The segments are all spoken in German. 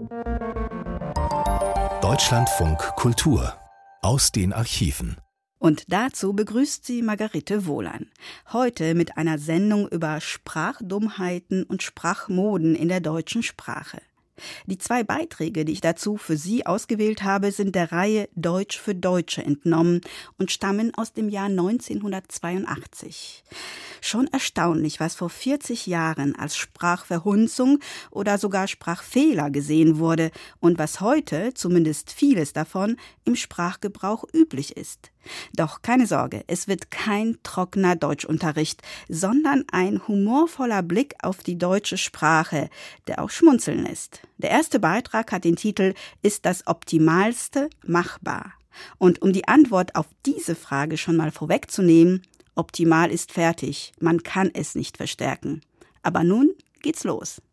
Deutschlandfunk Kultur aus den Archiven. Und dazu begrüßt sie Margarete Wohlan. Heute mit einer Sendung über Sprachdummheiten und Sprachmoden in der deutschen Sprache. Die 2 Beiträge, die ich dazu für Sie ausgewählt habe, sind der Reihe Deutsch für Deutsche entnommen und stammen aus dem Jahr 1982. Schon erstaunlich, was vor 40 Jahren als Sprachverhunzung oder sogar Sprachfehler gesehen wurde und was heute, zumindest vieles davon, im Sprachgebrauch üblich ist. Doch keine Sorge, es wird kein trockener Deutschunterricht, sondern ein humorvoller Blick auf die deutsche Sprache, der auch schmunzeln lässt. Der erste Beitrag hat den Titel »Ist das Optimalste machbar?« Und um die Antwort auf diese Frage schon mal vorwegzunehmen, optimal ist fertig, man kann es nicht verstärken. Aber nun geht's los.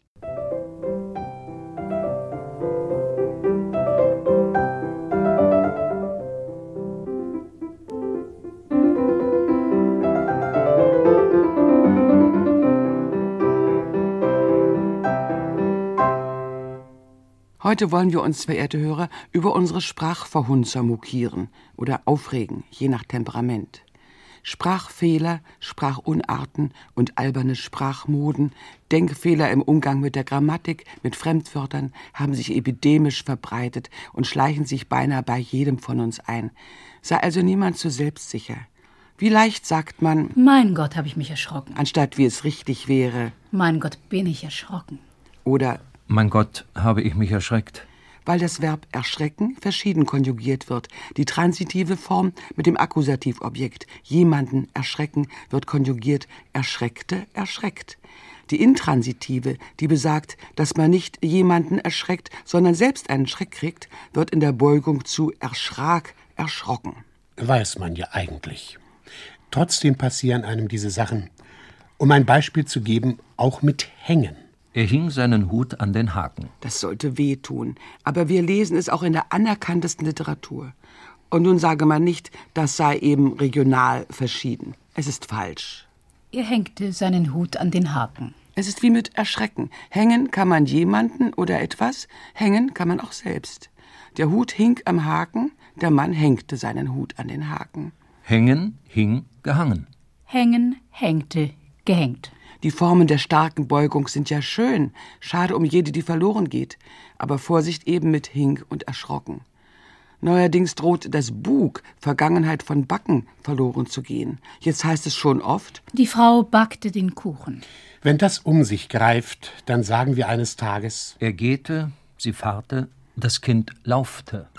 Heute wollen wir uns, verehrte Hörer, über unsere Sprachverhunzer mokieren oder aufregen, je nach Temperament. Sprachfehler, Sprachunarten und alberne Sprachmoden, Denkfehler im Umgang mit der Grammatik, mit Fremdwörtern haben sich epidemisch verbreitet und schleichen sich beinahe bei jedem von uns ein. Sei also niemand zu selbstsicher. Wie leicht sagt man, mein Gott, habe ich mich erschrocken. Anstatt wie es richtig wäre, mein Gott, bin ich erschrocken. Oder mein Gott, habe ich mich erschreckt. Weil das Verb erschrecken verschieden konjugiert wird. Die transitive Form mit dem Akkusativobjekt jemanden erschrecken wird konjugiert erschreckte, erschreckt. Die intransitive, die besagt, dass man nicht jemanden erschreckt, sondern selbst einen Schreck kriegt, wird in der Beugung zu erschrak, erschrocken. Weiß man ja eigentlich. Trotzdem passieren einem diese Sachen. Um ein Beispiel zu geben, auch mit Hängen. Er hing seinen Hut an den Haken. Das sollte wehtun, aber wir lesen es auch in der anerkanntesten Literatur. Und nun sage man nicht, das sei eben regional verschieden. Es ist falsch. Er hängte seinen Hut an den Haken. Es ist wie mit Erschrecken. Hängen kann man jemanden oder etwas, hängen kann man auch selbst. Der Hut hing am Haken, der Mann hängte seinen Hut an den Haken. Hängen, hing, gehangen. Hängen, hängte, gehängt. Die Formen der starken Beugung sind ja schön, schade um jede, die verloren geht. Aber Vorsicht eben mit hing und erschrocken. Neuerdings droht das Bug, Vergangenheit von backen, verloren zu gehen. Jetzt heißt es schon oft, die Frau backte den Kuchen. Wenn das um sich greift, dann sagen wir eines Tages, er gehte, sie fahrte, das Kind laufte.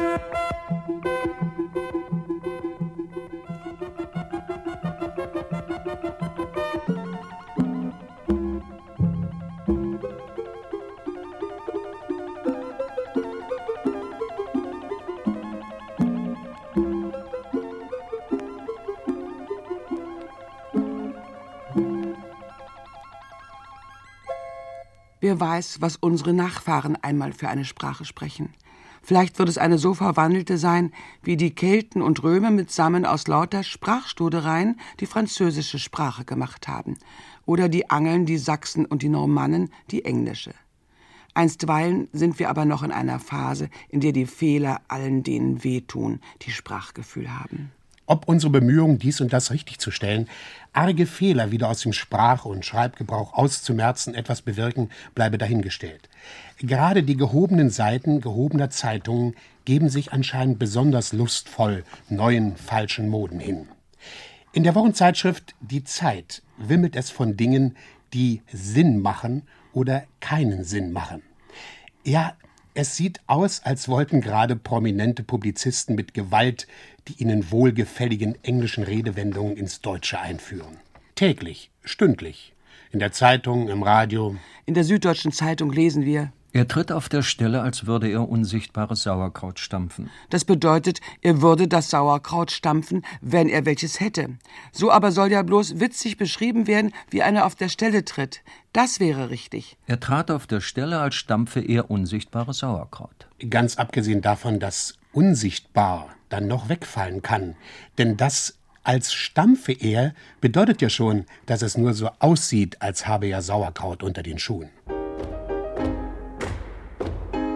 Wer weiß, was unsere Nachfahren einmal für eine Sprache sprechen. Vielleicht wird es eine so verwandelte sein, wie die Kelten und Römer mitsammen aus lauter Sprachstodereien die französische Sprache gemacht haben. Oder die Angeln, die Sachsen und die Normannen die englische. Einstweilen sind wir aber noch in einer Phase, in der die Fehler allen denen wehtun, die Sprachgefühl haben. Ob unsere Bemühungen, dies und das richtig zu stellen, arge Fehler wieder aus dem Sprach- und Schreibgebrauch auszumerzen, etwas bewirken, bleibe dahingestellt. Gerade die gehobenen Seiten gehobener Zeitungen geben sich anscheinend besonders lustvoll neuen, falschen Moden hin. In der Wochenzeitschrift Die Zeit wimmelt es von Dingen, die Sinn machen oder keinen Sinn machen. Ja, es sieht aus, als wollten gerade prominente Publizisten mit Gewalt die ihnen wohlgefälligen englischen Redewendungen ins Deutsche einführen. Täglich, stündlich, in der Zeitung, im Radio. In der Süddeutschen Zeitung lesen wir: Er tritt auf der Stelle, als würde er unsichtbares Sauerkraut stampfen. Das bedeutet, er würde das Sauerkraut stampfen, wenn er welches hätte. So aber soll ja bloß witzig beschrieben werden, wie einer auf der Stelle tritt. Das wäre richtig. Er trat auf der Stelle, als stampfe er unsichtbares Sauerkraut. Ganz abgesehen davon, dass unsichtbar dann noch wegfallen kann. Denn das als stampfe er bedeutet ja schon, dass es nur so aussieht, als habe er Sauerkraut unter den Schuhen.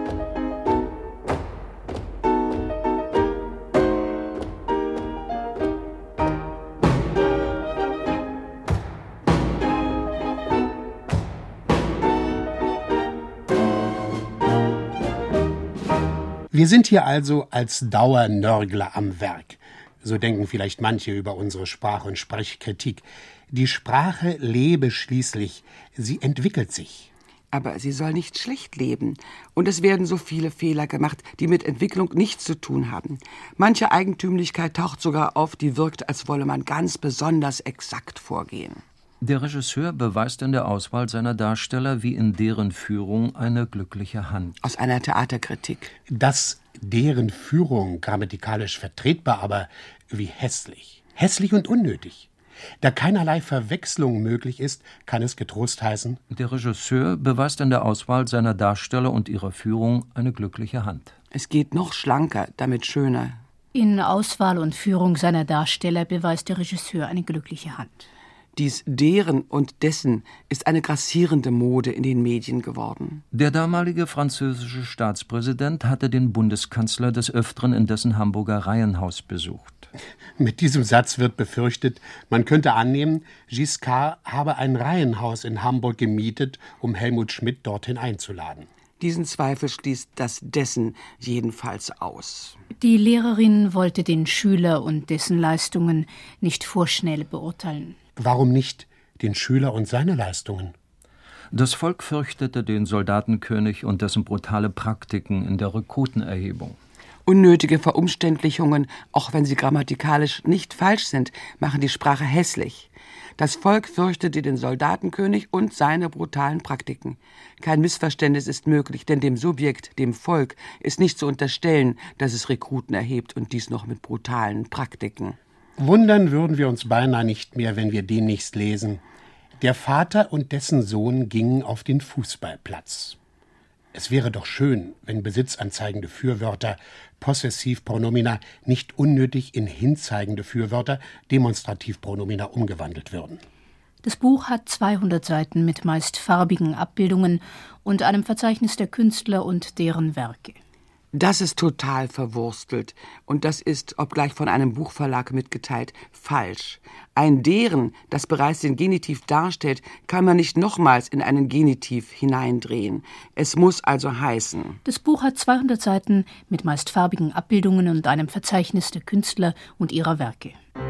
Wir sind hier also als Dauernörgler am Werk. So denken vielleicht manche über unsere Sprach- und Sprechkritik. Die Sprache lebe schließlich, sie entwickelt sich. Aber sie soll nicht schlecht leben. Und es werden so viele Fehler gemacht, die mit Entwicklung nichts zu tun haben. Manche Eigentümlichkeit taucht sogar auf, die wirkt, als wolle man ganz besonders exakt vorgehen. Der Regisseur beweist in der Auswahl seiner Darsteller wie in deren Führung eine glückliche Hand. Aus einer Theaterkritik. Das deren Führung grammatikalisch vertretbar, aber wie hässlich. Hässlich und unnötig. Da keinerlei Verwechslung möglich ist, kann es getrost heißen: Der Regisseur beweist in der Auswahl seiner Darsteller und ihrer Führung eine glückliche Hand. Es geht noch schlanker, damit schöner. In Auswahl und Führung seiner Darsteller beweist der Regisseur eine glückliche Hand. Dies deren und dessen ist eine grassierende Mode in den Medien geworden. Der damalige französische Staatspräsident hatte den Bundeskanzler des Öfteren in dessen Hamburger Reihenhaus besucht. Mit diesem Satz wird befürchtet, man könnte annehmen, Giscard habe ein Reihenhaus in Hamburg gemietet, um Helmut Schmidt dorthin einzuladen. Diesen Zweifel schließt das dessen jedenfalls aus. Die Lehrerin wollte den Schüler und dessen Leistungen nicht vorschnell beurteilen. Warum nicht den Schüler und seine Leistungen? Das Volk fürchtete den Soldatenkönig und dessen brutale Praktiken in der Rekrutenerhebung. Unnötige Verumständlichungen, auch wenn sie grammatikalisch nicht falsch sind, machen die Sprache hässlich. Das Volk fürchtete den Soldatenkönig und seine brutalen Praktiken. Kein Missverständnis ist möglich, denn dem Subjekt, dem Volk, ist nicht zu unterstellen, dass es Rekruten erhebt und dies noch mit brutalen Praktiken. Wundern würden wir uns beinahe nicht mehr, wenn wir demnächst lesen: Der Vater und dessen Sohn gingen auf den Fußballplatz. Es wäre doch schön, wenn besitzanzeigende Fürwörter, Possessivpronomina, nicht unnötig in hinzeigende Fürwörter, Demonstrativpronomina, umgewandelt würden. Das Buch hat 200 Seiten mit meist farbigen Abbildungen und einem Verzeichnis der Künstler und deren Werke. Das ist total verwurstelt. Und das ist, obgleich von einem Buchverlag mitgeteilt, falsch. Ein deren, das bereits den Genitiv darstellt, kann man nicht nochmals in einen Genitiv hineindrehen. Es muss also heißen: Das Buch hat 200 Seiten mit meist farbigen Abbildungen und einem Verzeichnis der Künstler und ihrer Werke.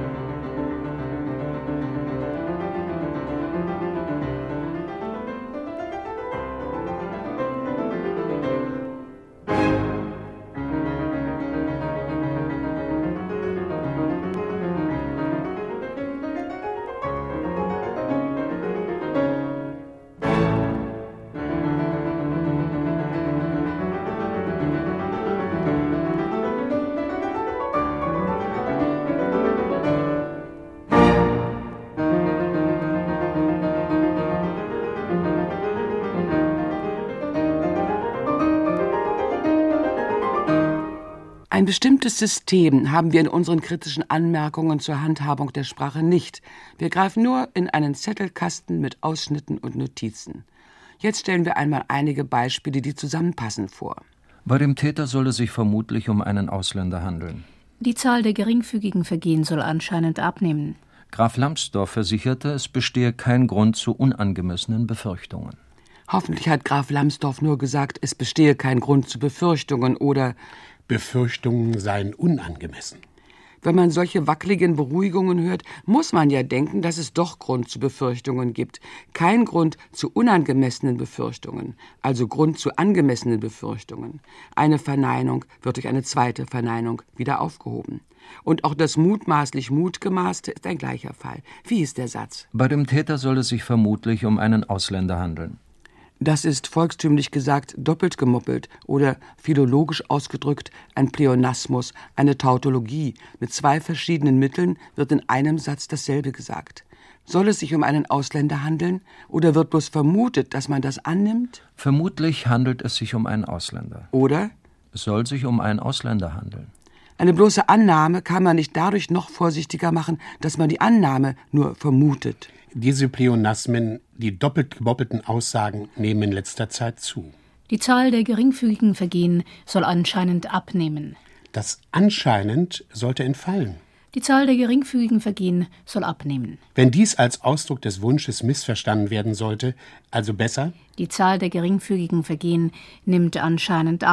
Ein bestimmtes System haben wir in unseren kritischen Anmerkungen zur Handhabung der Sprache nicht. Wir greifen nur in einen Zettelkasten mit Ausschnitten und Notizen. Jetzt stellen wir einmal einige Beispiele, die zusammenpassen, vor. Bei dem Täter soll es sich vermutlich um einen Ausländer handeln. Die Zahl der geringfügigen Vergehen soll anscheinend abnehmen. Graf Lambsdorff versicherte, es bestehe kein Grund zu unangemessenen Befürchtungen. Hoffentlich hat Graf Lambsdorff nur gesagt, es bestehe kein Grund zu Befürchtungen oder Befürchtungen seien unangemessen. Wenn man solche wackeligen Beruhigungen hört, muss man ja denken, dass es doch Grund zu Befürchtungen gibt. Kein Grund zu unangemessenen Befürchtungen, also Grund zu angemessenen Befürchtungen. Eine Verneinung wird durch eine zweite Verneinung wieder aufgehoben. Und auch das mutmaßlich Mutgemaßte ist ein gleicher Fall. Wie ist der Satz? Bei dem Täter soll es sich vermutlich um einen Ausländer handeln. Das ist volkstümlich gesagt doppelt gemoppelt oder philologisch ausgedrückt ein Pleonasmus, eine Tautologie. Mit zwei verschiedenen Mitteln wird in einem Satz dasselbe gesagt. Soll es sich um einen Ausländer handeln oder wird bloß vermutet, dass man das annimmt? Vermutlich handelt es sich um einen Ausländer. Oder? Es soll sich um einen Ausländer handeln. Eine bloße Annahme kann man nicht dadurch noch vorsichtiger machen, dass man die Annahme nur vermutet. Diese Pleonasmen, die doppelt gemoppelten Aussagen, nehmen in letzter Zeit zu. Die Zahl der geringfügigen Vergehen soll anscheinend abnehmen. Das anscheinend sollte entfallen. Die Zahl der geringfügigen Vergehen soll abnehmen. Wenn dies als Ausdruck des Wunsches missverstanden werden sollte, also besser: Die Zahl der geringfügigen Vergehen nimmt anscheinend ab.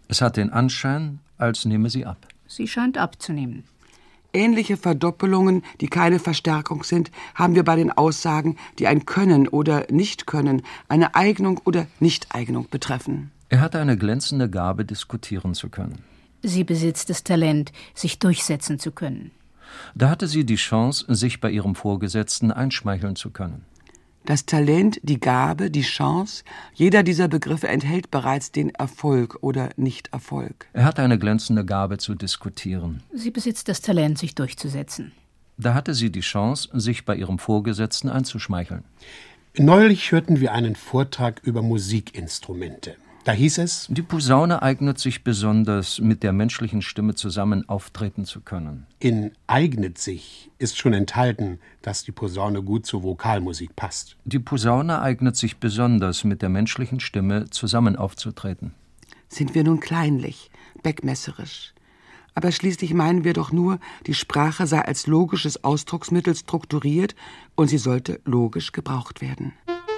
Es hat den Anschein, als nehme sie ab. Sie scheint abzunehmen. Ähnliche Verdoppelungen, die keine Verstärkung sind, haben wir bei den Aussagen, die ein Können oder Nicht-Können, eine Eignung oder Nicht-Eignung betreffen. Er hatte eine glänzende Gabe, diskutieren zu können. Sie besitzt das Talent, sich durchsetzen zu können. Da hatte sie die Chance, sich bei ihrem Vorgesetzten einschmeicheln zu können. Das Talent, die Gabe, die Chance, jeder dieser Begriffe enthält bereits den Erfolg oder Nicht-Erfolg. Er hatte eine glänzende Gabe zu diskutieren. Sie besitzt das Talent, sich durchzusetzen. Da hatte sie die Chance, sich bei ihrem Vorgesetzten einzuschmeicheln. Neulich hörten wir einen Vortrag über Musikinstrumente. Da hieß es: Die Posaune eignet sich besonders, mit der menschlichen Stimme zusammen auftreten zu können. In eignet sich ist schon enthalten, dass die Posaune gut zur Vokalmusik passt. Die Posaune eignet sich besonders, mit der menschlichen Stimme zusammen aufzutreten. Sind wir nun kleinlich, beckmesserisch? Aber schließlich meinen wir doch nur, die Sprache sei als logisches Ausdrucksmittel strukturiert und sie sollte logisch gebraucht werden.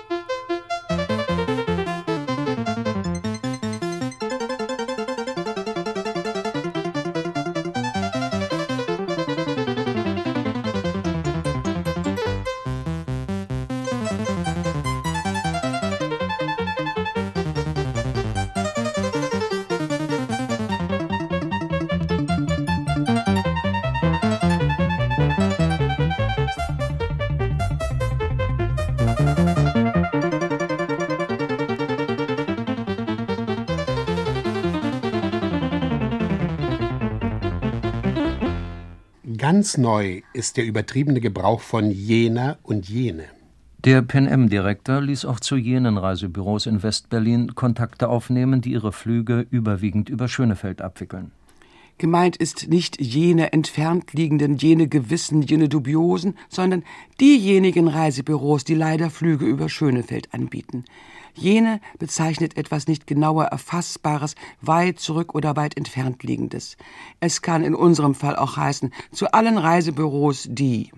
Ganz neu ist der übertriebene Gebrauch von jener und jene. Der PenM-Direktor ließ auch zu jenen Reisebüros in West-Berlin Kontakte aufnehmen, die ihre Flüge überwiegend über Schönefeld abwickeln. Gemeint ist nicht jene entfernt liegenden, jene gewissen, jene dubiosen, sondern diejenigen Reisebüros, die leider Flüge über Schönefeld anbieten. Jene bezeichnet etwas nicht genauer Erfassbares, weit zurück oder weit entfernt liegendes. Es kann in unserem Fall auch heißen, zu allen Reisebüros die.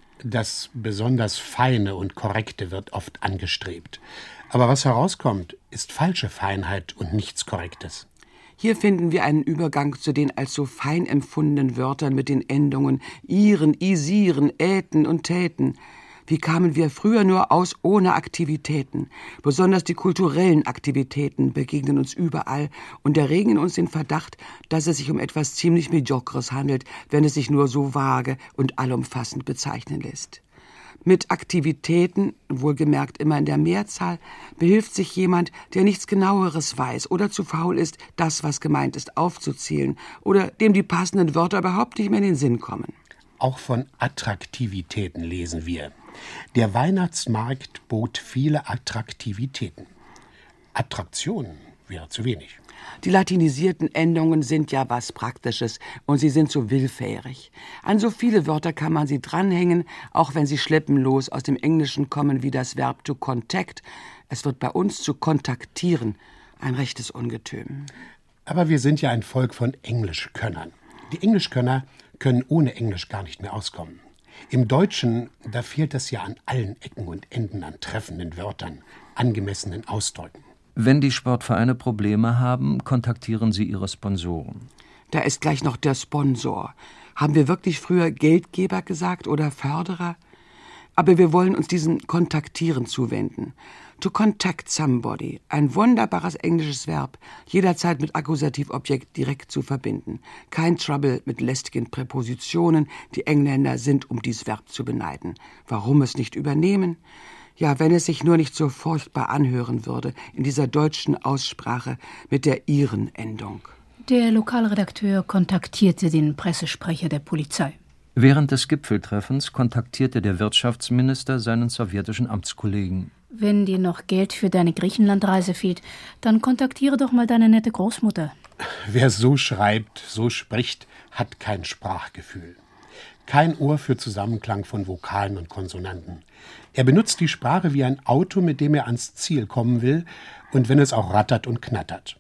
Das besonders Feine und Korrekte wird oft angestrebt. Aber was herauskommt, ist falsche Feinheit und nichts Korrektes. Hier finden wir einen Übergang zu den als so fein empfundenen Wörtern mit den Endungen iren, isieren, äten und täten. Wie kamen wir früher nur aus ohne Aktivitäten? Besonders die kulturellen Aktivitäten begegnen uns überall und erregen in uns den Verdacht, dass es sich um etwas ziemlich Mediokres handelt, wenn es sich nur so vage und allumfassend bezeichnen lässt. Mit Aktivitäten, wohlgemerkt immer in der Mehrzahl, behilft sich jemand, der nichts Genaueres weiß oder zu faul ist, das, was gemeint ist, aufzuzählen oder dem die passenden Wörter überhaupt nicht mehr in den Sinn kommen. Auch von Attraktivitäten lesen wir. Der Weihnachtsmarkt bot viele Attraktivitäten. Attraktionen wäre zu wenig. Die latinisierten Endungen sind ja was Praktisches und sie sind so willfährig. An so viele Wörter kann man sie dranhängen, auch wenn sie schleppenlos aus dem Englischen kommen wie das Verb to contact. Es wird bei uns zu kontaktieren, ein rechtes Ungetüm. Aber wir sind ja ein Volk von Englischkönnern. Die Englischkönner können ohne Englisch gar nicht mehr auskommen. Im Deutschen, da fehlt es ja an allen Ecken und Enden an treffenden Wörtern, angemessenen Ausdrücken. Wenn die Sportvereine Probleme haben, kontaktieren sie ihre Sponsoren. Da ist gleich noch der Sponsor. Haben wir wirklich früher Geldgeber gesagt oder Förderer? Aber wir wollen uns diesem Kontaktieren zuwenden. To contact somebody, ein wunderbares englisches Verb, jederzeit mit Akkusativobjekt direkt zu verbinden. Kein Trouble mit lästigen Präpositionen, die Engländer sind um dies Verb zu beneiden. Warum es nicht übernehmen? Ja, wenn es sich nur nicht so furchtbar anhören würde, in dieser deutschen Aussprache mit der iren-Endung. Der Lokalredakteur kontaktierte den Pressesprecher der Polizei. Während des Gipfeltreffens kontaktierte der Wirtschaftsminister seinen sowjetischen Amtskollegen. Wenn dir noch Geld für deine Griechenlandreise fehlt, dann kontaktiere doch mal deine nette Großmutter. Wer so schreibt, so spricht, hat kein Sprachgefühl. Kein Ohr für Zusammenklang von Vokalen und Konsonanten. Er benutzt die Sprache wie ein Auto, mit dem er ans Ziel kommen will, und wenn es auch rattert und knattert.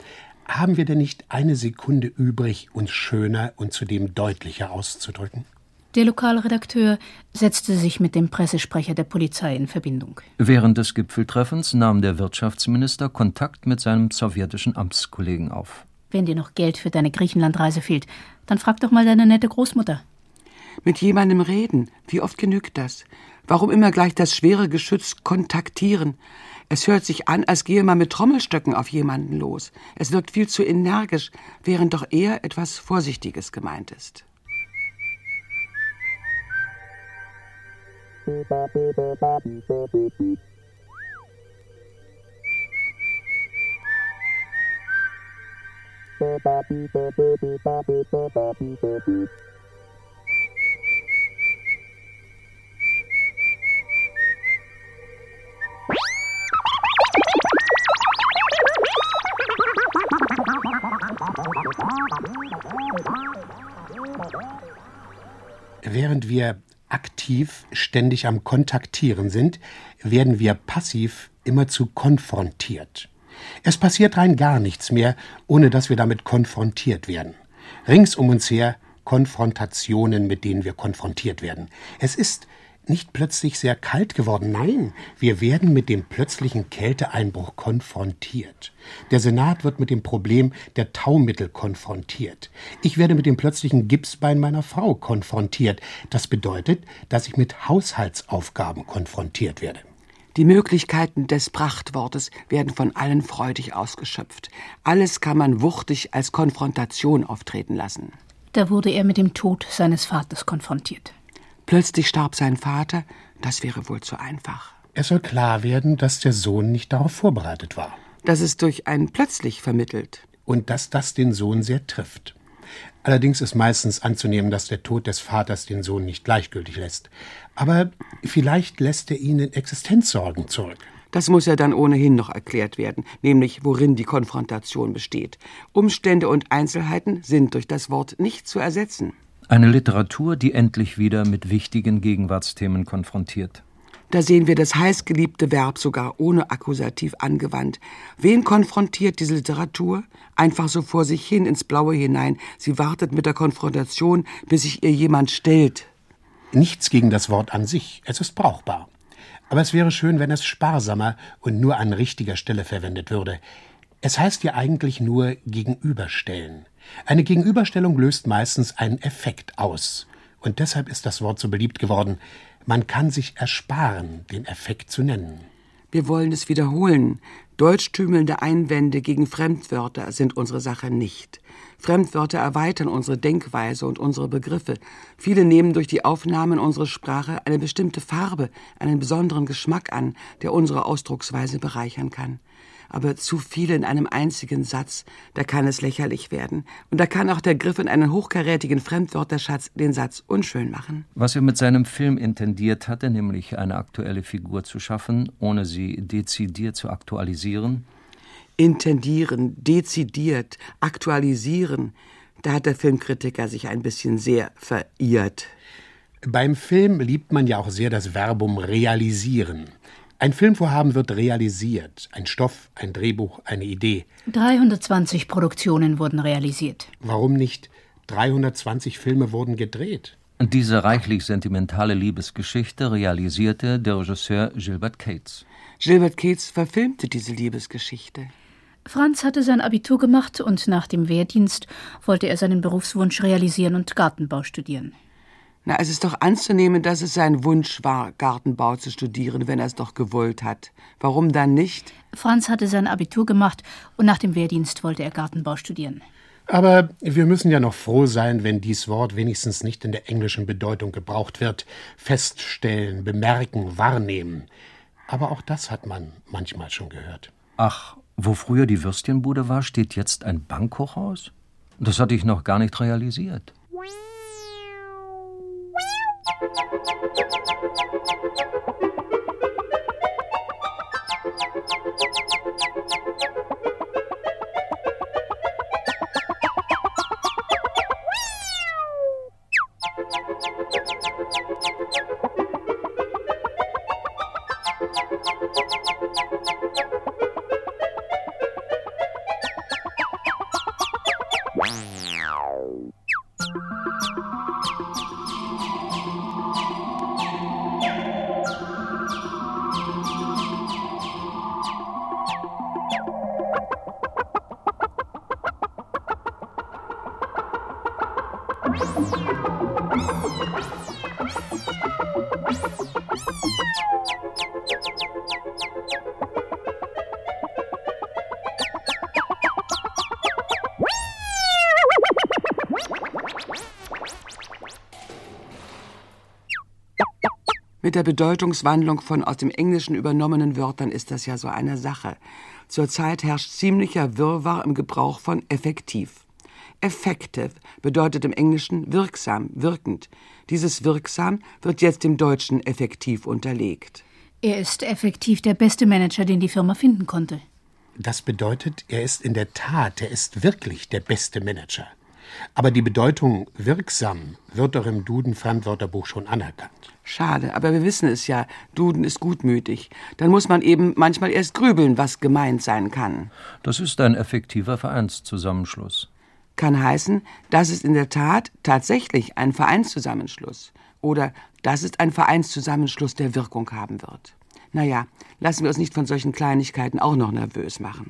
Haben wir denn nicht eine Sekunde übrig, uns schöner und zudem deutlicher auszudrücken? Der Lokalredakteur setzte sich mit dem Pressesprecher der Polizei in Verbindung. Während des Gipfeltreffens nahm der Wirtschaftsminister Kontakt mit seinem sowjetischen Amtskollegen auf. Wenn dir noch Geld für deine Griechenlandreise fehlt, dann frag doch mal deine nette Großmutter. Mit jemandem reden, wie oft genügt das? Warum immer gleich das schwere Geschütz kontaktieren? Es hört sich an, als gehe man mit Trommelstöcken auf jemanden los. Es wirkt viel zu energisch, während doch eher etwas Vorsichtiges gemeint ist. Während wir aktiv ständig am Kontaktieren sind, werden wir passiv immerzu konfrontiert. Es passiert rein gar nichts mehr, ohne dass wir damit konfrontiert werden. Rings um uns her Konfrontationen, mit denen wir konfrontiert werden. Es ist nicht plötzlich sehr kalt geworden. Nein, wir werden mit dem plötzlichen Kälteeinbruch konfrontiert. Der Senat wird mit dem Problem der Taumittel konfrontiert. Ich werde mit dem plötzlichen Gipsbein meiner Frau konfrontiert. Das bedeutet, dass ich mit Haushaltsaufgaben konfrontiert werde. Die Möglichkeiten des Prachtwortes werden von allen freudig ausgeschöpft. Alles kann man wuchtig als Konfrontation auftreten lassen. Da wurde er mit dem Tod seines Vaters konfrontiert. Plötzlich starb sein Vater, das wäre wohl zu einfach. Es soll klar werden, dass der Sohn nicht darauf vorbereitet war. Das ist durch ein Plötzlich vermittelt. Und dass das den Sohn sehr trifft. Allerdings ist meistens anzunehmen, dass der Tod des Vaters den Sohn nicht gleichgültig lässt. Aber vielleicht lässt er ihn in Existenzsorgen zurück. Das muss ja dann ohnehin noch erklärt werden, nämlich worin die Konfrontation besteht. Umstände und Einzelheiten sind durch das Wort nicht zu ersetzen. Eine Literatur, die endlich wieder mit wichtigen Gegenwartsthemen konfrontiert. Da sehen wir das heißgeliebte Verb sogar ohne Akkusativ angewandt. Wen konfrontiert diese Literatur? Einfach so vor sich hin ins Blaue hinein. Sie wartet mit der Konfrontation, bis sich ihr jemand stellt. Nichts gegen das Wort an sich. Es ist brauchbar. Aber es wäre schön, wenn es sparsamer und nur an richtiger Stelle verwendet würde. Es heißt ja eigentlich nur gegenüberstellen. Eine Gegenüberstellung löst meistens einen Effekt aus. Und deshalb ist das Wort so beliebt geworden. Man kann sich ersparen, den Effekt zu nennen. Wir wollen es wiederholen. Deutschtümelnde Einwände gegen Fremdwörter sind unsere Sache nicht. Fremdwörter erweitern unsere Denkweise und unsere Begriffe. Viele nehmen durch die Aufnahme in unsere Sprache eine bestimmte Farbe, einen besonderen Geschmack an, der unsere Ausdrucksweise bereichern kann. Aber zu viel in einem einzigen Satz, da kann es lächerlich werden. Und da kann auch der Griff in einen hochkarätigen Fremdwörterschatz den Satz unschön machen. Was er mit seinem Film intendiert hatte, nämlich eine aktuelle Figur zu schaffen, ohne sie dezidiert zu aktualisieren. Intendieren, dezidiert, aktualisieren, da hat der Filmkritiker sich ein bisschen sehr verirrt. Beim Film liebt man ja auch sehr das Verbum realisieren. Ein Filmvorhaben wird realisiert. Ein Stoff, ein Drehbuch, eine Idee. 320 Produktionen wurden realisiert. Warum nicht 320 Filme wurden gedreht? Diese reichlich sentimentale Liebesgeschichte realisierte der Regisseur Gilbert Cates. Gilbert Cates verfilmte diese Liebesgeschichte. Franz hatte sein Abitur gemacht und nach dem Wehrdienst wollte er seinen Berufswunsch realisieren und Gartenbau studieren. Na, es ist doch anzunehmen, dass es sein Wunsch war, Gartenbau zu studieren, wenn er es doch gewollt hat. Warum dann nicht? Franz hatte sein Abitur gemacht und nach dem Wehrdienst wollte er Gartenbau studieren. Aber wir müssen ja noch froh sein, wenn dies Wort wenigstens nicht in der englischen Bedeutung gebraucht wird. Feststellen, bemerken, wahrnehmen. Aber auch das hat man manchmal schon gehört. Ach, wo früher die Würstchenbude war, steht jetzt ein Bankhochhaus? Das hatte ich noch gar nicht realisiert. Mit der Bedeutungswandlung von aus dem Englischen übernommenen Wörtern ist das ja so eine Sache. Zurzeit herrscht ziemlicher Wirrwarr im Gebrauch von effektiv. Effective bedeutet im Englischen wirksam, wirkend. Dieses wirksam wird jetzt dem Deutschen effektiv unterlegt. Er ist effektiv der beste Manager, den die Firma finden konnte. Das bedeutet, er ist in der Tat, er ist wirklich der beste Manager. Aber die Bedeutung wirksam wird doch im Duden-Fremdwörterbuch schon anerkannt. Schade, aber wir wissen es ja, Duden ist gutmütig. Dann muss man eben manchmal erst grübeln, was gemeint sein kann. Das ist ein effektiver Vereinszusammenschluss. Kann heißen, das ist in der Tat tatsächlich ein Vereinszusammenschluss. Oder das ist ein Vereinszusammenschluss, der Wirkung haben wird. Naja, lassen wir uns nicht von solchen Kleinigkeiten auch noch nervös machen.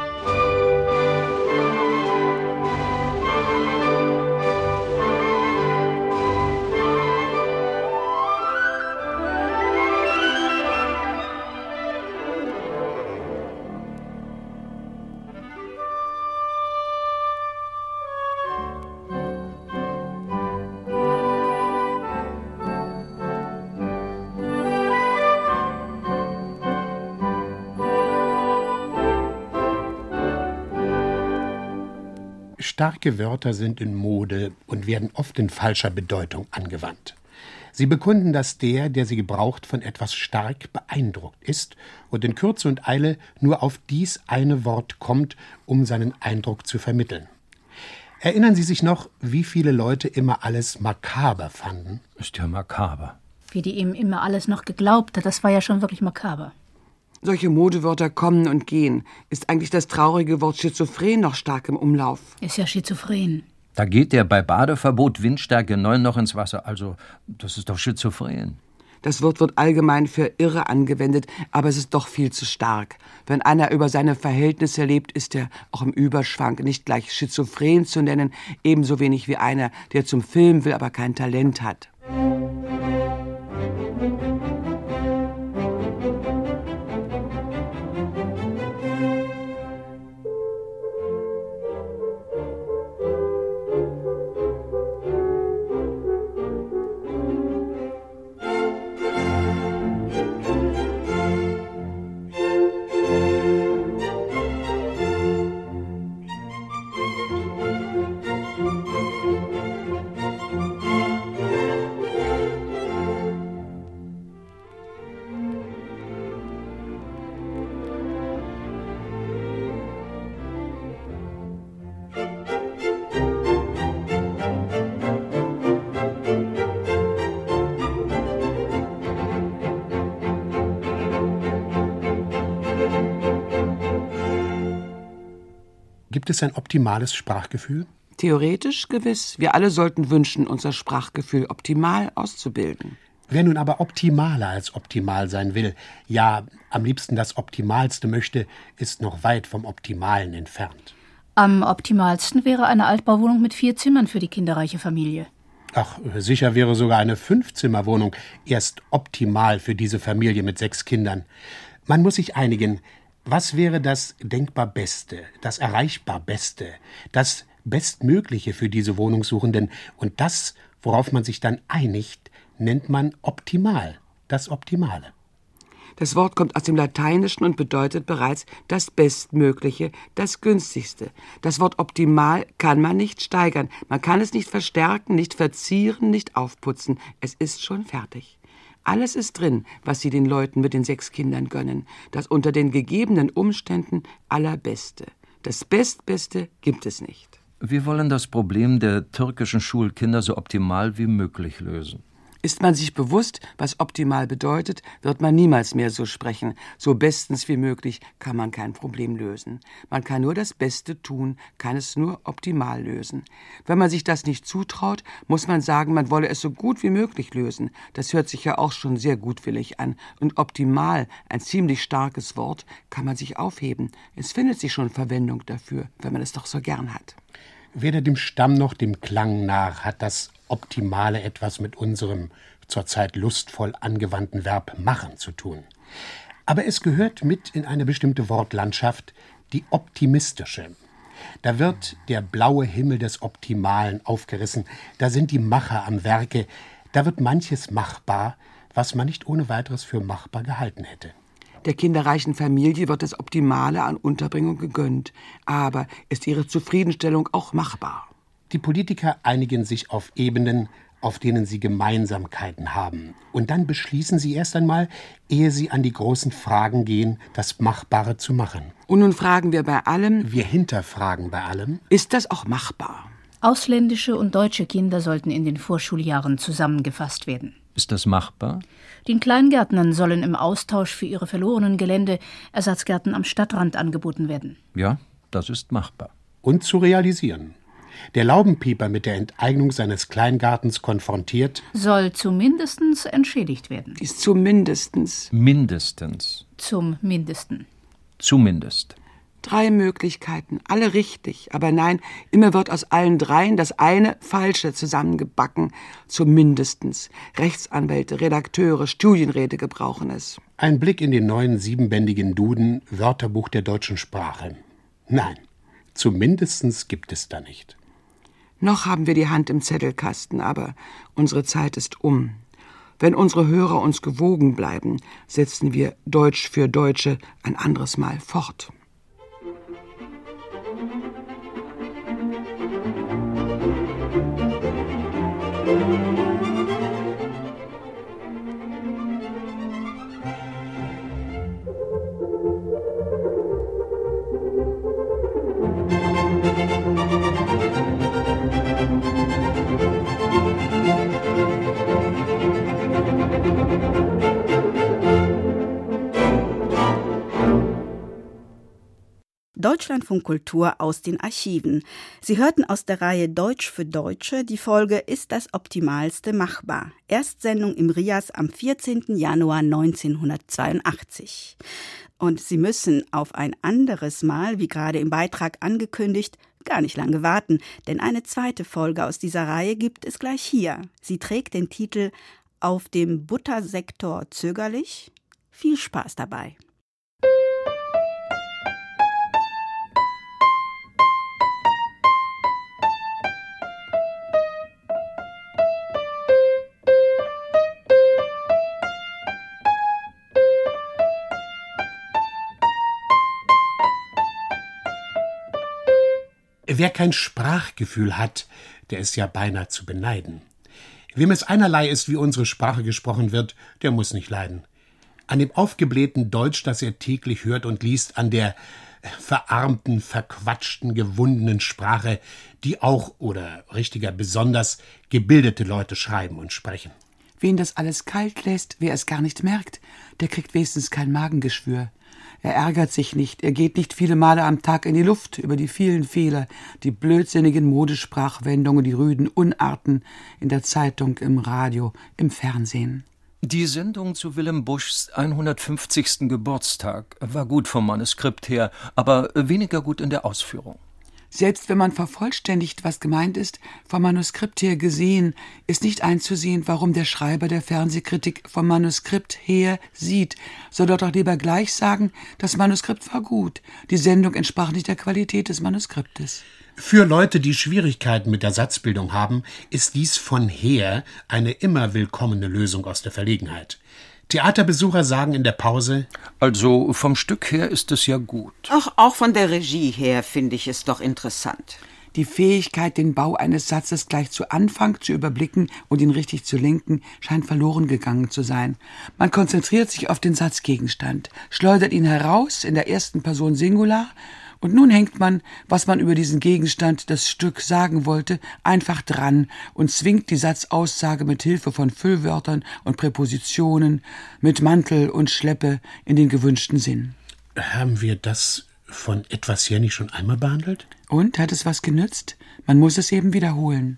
Starke Wörter sind in Mode und werden oft in falscher Bedeutung angewandt. Sie bekunden, dass der sie gebraucht, von etwas stark beeindruckt ist und in Kürze und Eile nur auf dies eine Wort kommt, um seinen Eindruck zu vermitteln. Erinnern Sie sich noch, wie viele Leute immer alles makaber fanden? Ist ja makaber. Wie die ihm immer alles noch geglaubt hat, das war ja schon wirklich makaber. Solche Modewörter kommen und gehen. Ist eigentlich das traurige Wort schizophren noch stark im Umlauf? Ist ja schizophren. Da geht der bei Badeverbot Windstärke 9 noch ins Wasser. Also, das ist doch schizophren. Das Wort wird allgemein für irre angewendet, aber es ist doch viel zu stark. Wenn einer über seine Verhältnisse lebt, ist er auch im Überschwang nicht gleich schizophren zu nennen, ebenso wenig wie einer, der zum Film will, aber kein Talent hat. Gibt es ein optimales Sprachgefühl? Theoretisch gewiss. Wir alle sollten wünschen, unser Sprachgefühl optimal auszubilden. Wer nun aber optimaler als optimal sein will, ja, am liebsten das Optimalste möchte, ist noch weit vom Optimalen entfernt. Am optimalsten wäre eine Altbauwohnung mit 4 Zimmern für die kinderreiche Familie. Ach, sicher wäre sogar eine 5-Zimmer-Wohnung erst optimal für diese Familie mit 6 Kindern. Man muss sich einigen, was wäre das denkbar Beste, das erreichbar Beste, das Bestmögliche für diese Wohnungssuchenden, und das, worauf man sich dann einigt, nennt man optimal, das Optimale. Das Wort kommt aus dem Lateinischen und bedeutet bereits das Bestmögliche, das Günstigste. Das Wort optimal kann man nicht steigern. Man kann es nicht verstärken, nicht verzieren, nicht aufputzen. Es ist schon fertig. Alles ist drin, was Sie den Leuten mit den 6 Kindern gönnen. Das unter den gegebenen Umständen Allerbeste. Das Bestbeste gibt es nicht. Wir wollen das Problem der türkischen Schulkinder so optimal wie möglich lösen. Ist man sich bewusst, was optimal bedeutet, wird man niemals mehr so sprechen. So bestens wie möglich kann man kein Problem lösen. Man kann nur das Beste tun, kann es nur optimal lösen. Wenn man sich das nicht zutraut, muss man sagen, man wolle es so gut wie möglich lösen. Das hört sich ja auch schon sehr gutwillig an. Und optimal, ein ziemlich starkes Wort, kann man sich aufheben. Es findet sich schon Verwendung dafür, wenn man es doch so gern hat. Weder dem Stamm noch dem Klang nach hat das Optimale etwas mit unserem zurzeit lustvoll angewandten Verb machen zu tun. Aber es gehört mit in eine bestimmte Wortlandschaft, die optimistische. Da wird der blaue Himmel des Optimalen aufgerissen, da sind die Macher am Werke, da wird manches machbar, was man nicht ohne weiteres für machbar gehalten hätte. Der kinderreichen Familie wird das Optimale an Unterbringung gegönnt. Aber ist ihre Zufriedenstellung auch machbar? Die Politiker einigen sich auf Ebenen, auf denen sie Gemeinsamkeiten haben. Und dann beschließen sie erst einmal, ehe sie an die großen Fragen gehen, das Machbare zu machen. Und nun fragen wir bei allem, Wir hinterfragen bei allem, ist das auch machbar? Ausländische und deutsche Kinder sollten in den Vorschuljahren zusammengefasst werden. Ist das machbar? Den Kleingärtnern sollen im Austausch für ihre verlorenen Gelände Ersatzgärten am Stadtrand angeboten werden. Ja, das ist machbar. und zu realisieren. Der Laubenpieper mit der Enteignung seines Kleingartens konfrontiert, Soll zumindest entschädigt werden. Ist zumindestens. Mindestens. Zum Mindesten. Zumindest. 3 Möglichkeiten, alle richtig. Aber nein, immer wird aus allen 3 das eine Falsche zusammengebacken. Zumindestens. Rechtsanwälte, Redakteure, Studienräte gebrauchen es. ein Blick in den neuen 7-bändigen Duden Wörterbuch der deutschen Sprache. Nein, zumindest gibt es da nicht. Noch haben wir die Hand im Zettelkasten, aber unsere Zeit ist um. Wenn unsere Hörer uns gewogen bleiben, setzen wir Deutsch für Deutsche ein anderes Mal fort. Deutschlandfunk Kultur aus den Archiven. Sie hörten aus der Reihe Deutsch für Deutsche die Folge Ist das Optimalste machbar? Erstsendung im RIAS am 14. Januar 1982. Und Sie müssen auf ein anderes Mal, wie gerade im Beitrag angekündigt, gar nicht lange warten, denn eine zweite Folge aus dieser Reihe gibt es gleich hier. Sie trägt den Titel Auf dem Buttersektor zögerlich. Viel Spaß dabei. Wer kein Sprachgefühl hat, der ist ja beinahe zu beneiden. Wem es einerlei ist, wie unsere Sprache gesprochen wird, der muss nicht leiden. An dem aufgeblähten Deutsch, das er täglich hört und liest, an der verarmten, verquatschten, gewundenen Sprache, die auch, oder richtiger besonders, gebildete Leute schreiben und sprechen. Wen das alles kalt lässt, wer es gar nicht merkt, der kriegt wenigstens kein Magengeschwür. Er ärgert sich nicht, er geht nicht viele Male am Tag in die Luft über die vielen Fehler, die blödsinnigen Modesprachwendungen, die rüden Unarten in der Zeitung, im Radio, im Fernsehen. Die Sendung zu Willem Buschs 150. Geburtstag war gut vom Manuskript her, aber weniger gut in der Ausführung. Selbst wenn man vervollständigt, was gemeint ist, vom Manuskript her gesehen, ist nicht einzusehen, warum der Schreiber der Fernsehkritik vom Manuskript her sieht. Soll doch lieber gleich sagen, das Manuskript war gut, die Sendung entsprach nicht der Qualität des Manuskriptes. Für Leute, die Schwierigkeiten mit der Satzbildung haben, ist dies von her eine immer willkommene Lösung aus der Verlegenheit. Theaterbesucher sagen in der Pause: Also vom Stück her ist es ja gut. Ach, auch von der Regie her finde ich es doch interessant. Die Fähigkeit, den Bau eines Satzes gleich zu Anfang zu überblicken und ihn richtig zu lenken, scheint verloren gegangen zu sein. Man konzentriert sich auf den Satzgegenstand, schleudert ihn heraus in der ersten Person Singular, und nun hängt man, was man über diesen Gegenstand, das Stück, sagen wollte, einfach dran und zwingt die Satzaussage mit Hilfe von Füllwörtern und Präpositionen, mit Mantel und Schleppe in den gewünschten Sinn. Haben wir das von etwas her nicht schon einmal behandelt? Und, hat es was genützt? Man muss es eben wiederholen.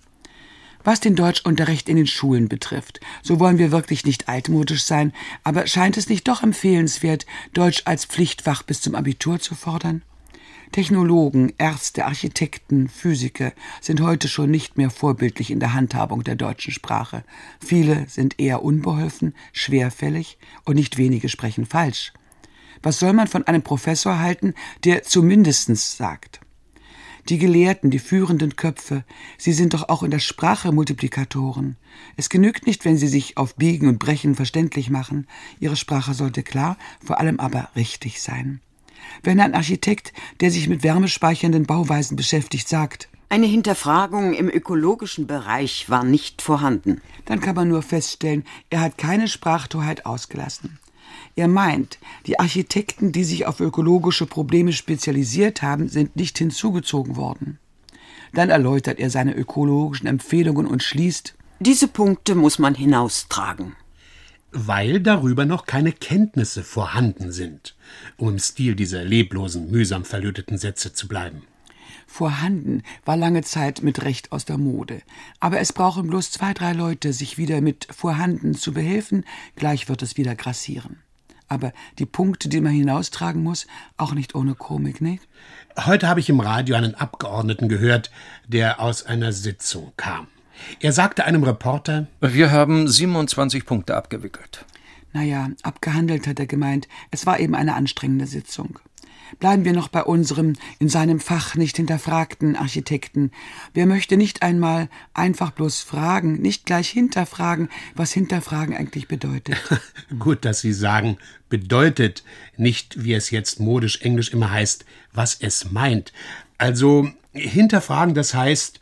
Was den Deutschunterricht in den Schulen betrifft, so wollen wir wirklich nicht altmodisch sein, aber scheint es nicht doch empfehlenswert, Deutsch als Pflichtfach bis zum Abitur zu fordern? Technologen, Ärzte, Architekten, Physiker sind heute schon nicht mehr vorbildlich in der Handhabung der deutschen Sprache. Viele sind eher unbeholfen, schwerfällig und nicht wenige sprechen falsch. Was soll man von einem Professor halten, der zumindestens sagt? Die Gelehrten, die führenden Köpfe, sie sind doch auch in der Sprache Multiplikatoren. Es genügt nicht, wenn sie sich auf Biegen und Brechen verständlich machen. Ihre Sprache sollte klar, vor allem aber richtig sein. Wenn ein Architekt, der sich mit wärmespeichernden Bauweisen beschäftigt, sagt: Eine Hinterfragung im ökologischen Bereich war nicht vorhanden, dann kann man nur feststellen, er hat keine Sprachtorheit ausgelassen. Er meint, die Architekten, die sich auf ökologische Probleme spezialisiert haben, sind nicht hinzugezogen worden. Dann erläutert er seine ökologischen Empfehlungen und schließt: Diese Punkte muss man hinaustragen. Weil darüber noch keine Kenntnisse vorhanden sind, um im Stil dieser leblosen, mühsam verlöteten Sätze zu bleiben. Vorhanden war lange Zeit mit Recht aus der Mode. Aber es brauchen bloß 2, 3 Leute, sich wieder mit vorhanden zu behelfen, gleich wird es wieder grassieren. Aber die Punkte, die man hinaustragen muss, auch nicht ohne Komik, nicht? Heute habe ich im Radio einen Abgeordneten gehört, der aus einer Sitzung kam. Er sagte einem Reporter: Wir haben 27 Punkte abgewickelt. Naja, abgehandelt hat er gemeint, es war eben eine anstrengende Sitzung. Bleiben wir noch bei unserem, in seinem Fach nicht hinterfragten Architekten. Wer möchte nicht einmal einfach bloß fragen, nicht gleich hinterfragen, was hinterfragen eigentlich bedeutet? Gut, dass Sie sagen, bedeutet, nicht, wie es jetzt modisch Englisch immer heißt, was es meint. Also, hinterfragen, das heißt,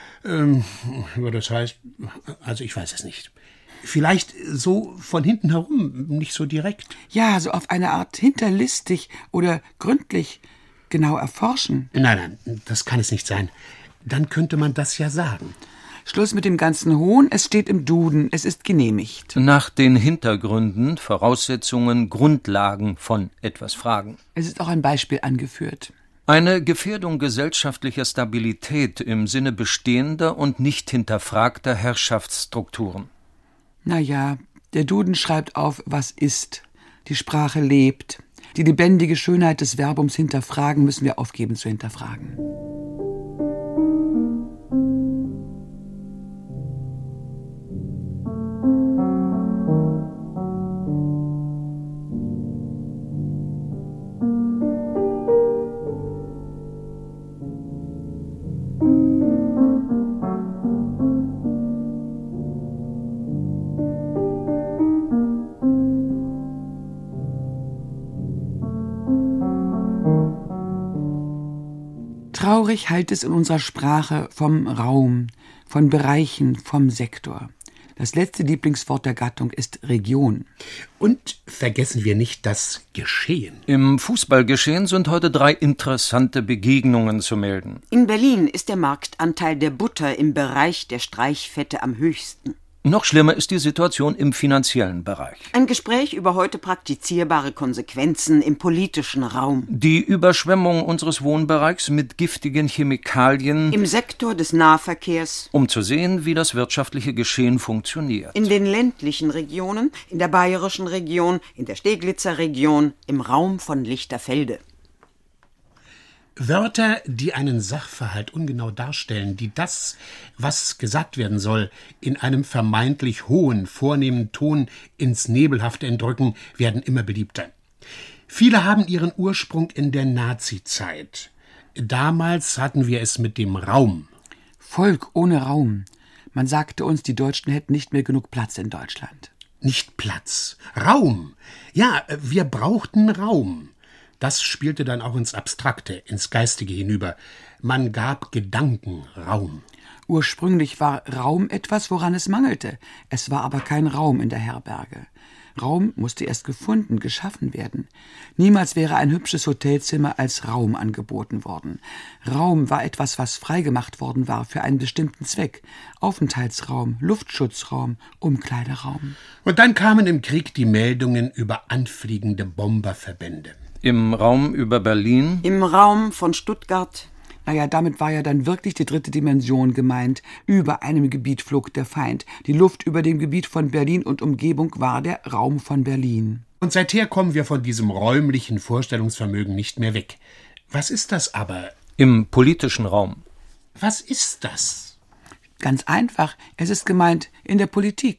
also ich weiß es nicht. Vielleicht so von hinten herum, nicht so direkt. Ja, so auf eine Art hinterlistig oder gründlich genau erforschen. Nein, das kann es nicht sein. Dann könnte man das ja sagen. Schluss mit dem ganzen Hohn, es steht im Duden, es ist genehmigt. Nach den Hintergründen, Voraussetzungen, Grundlagen von etwas fragen. Es ist auch ein Beispiel angeführt. Eine Gefährdung gesellschaftlicher Stabilität im Sinne bestehender und nicht hinterfragter Herrschaftsstrukturen. Naja, der Duden schreibt auf, was ist. Die Sprache lebt. Die lebendige Schönheit des Verbums hinterfragen müssen wir aufgeben zu hinterfragen. Traurig hallt es in unserer Sprache vom Raum, von Bereichen, vom Sektor. Das letzte Lieblingswort der Gattung ist Region. Und vergessen wir nicht das Geschehen. Im Fußballgeschehen sind heute 3 interessante Begegnungen zu melden. In Berlin ist der Marktanteil der Butter im Bereich der Streichfette am höchsten. Noch schlimmer ist die Situation im finanziellen Bereich. Ein Gespräch über heute praktizierbare Konsequenzen im politischen Raum. Die Überschwemmung unseres Wohnbereichs mit giftigen Chemikalien. Im Sektor des Nahverkehrs. Um zu sehen, wie das wirtschaftliche Geschehen funktioniert. In den ländlichen Regionen, in der bayerischen Region, in der Steglitzer Region, im Raum von Lichterfelde. Wörter, die einen Sachverhalt ungenau darstellen, die das, was gesagt werden soll, in einem vermeintlich hohen, vornehmen Ton ins Nebelhafte entrücken, werden immer beliebter. Viele haben ihren Ursprung in der Nazizeit. Damals hatten wir es mit dem Raum. Volk ohne Raum. Man sagte uns, die Deutschen hätten nicht mehr genug Platz in Deutschland. Nicht Platz, Raum. Ja, wir brauchten Raum. Das spielte dann auch ins Abstrakte, ins Geistige hinüber. Man gab Gedanken Raum. Ursprünglich war Raum etwas, woran es mangelte. Es war aber kein Raum in der Herberge. Raum musste erst gefunden, geschaffen werden. Niemals wäre ein hübsches Hotelzimmer als Raum angeboten worden. Raum war etwas, was freigemacht worden war für einen bestimmten Zweck. Aufenthaltsraum, Luftschutzraum, Umkleideraum. Und dann kamen im Krieg die Meldungen über anfliegende Bomberverbände. Im Raum über Berlin? Im Raum von Stuttgart? Naja, damit war ja dann wirklich die 3. Dimension gemeint. Über einem Gebiet flog der Feind. Die Luft über dem Gebiet von Berlin und Umgebung war der Raum von Berlin. Und seither kommen wir von diesem räumlichen Vorstellungsvermögen nicht mehr weg. Was ist das aber? Im politischen Raum. Was ist das? Ganz einfach, es ist gemeint in der Politik.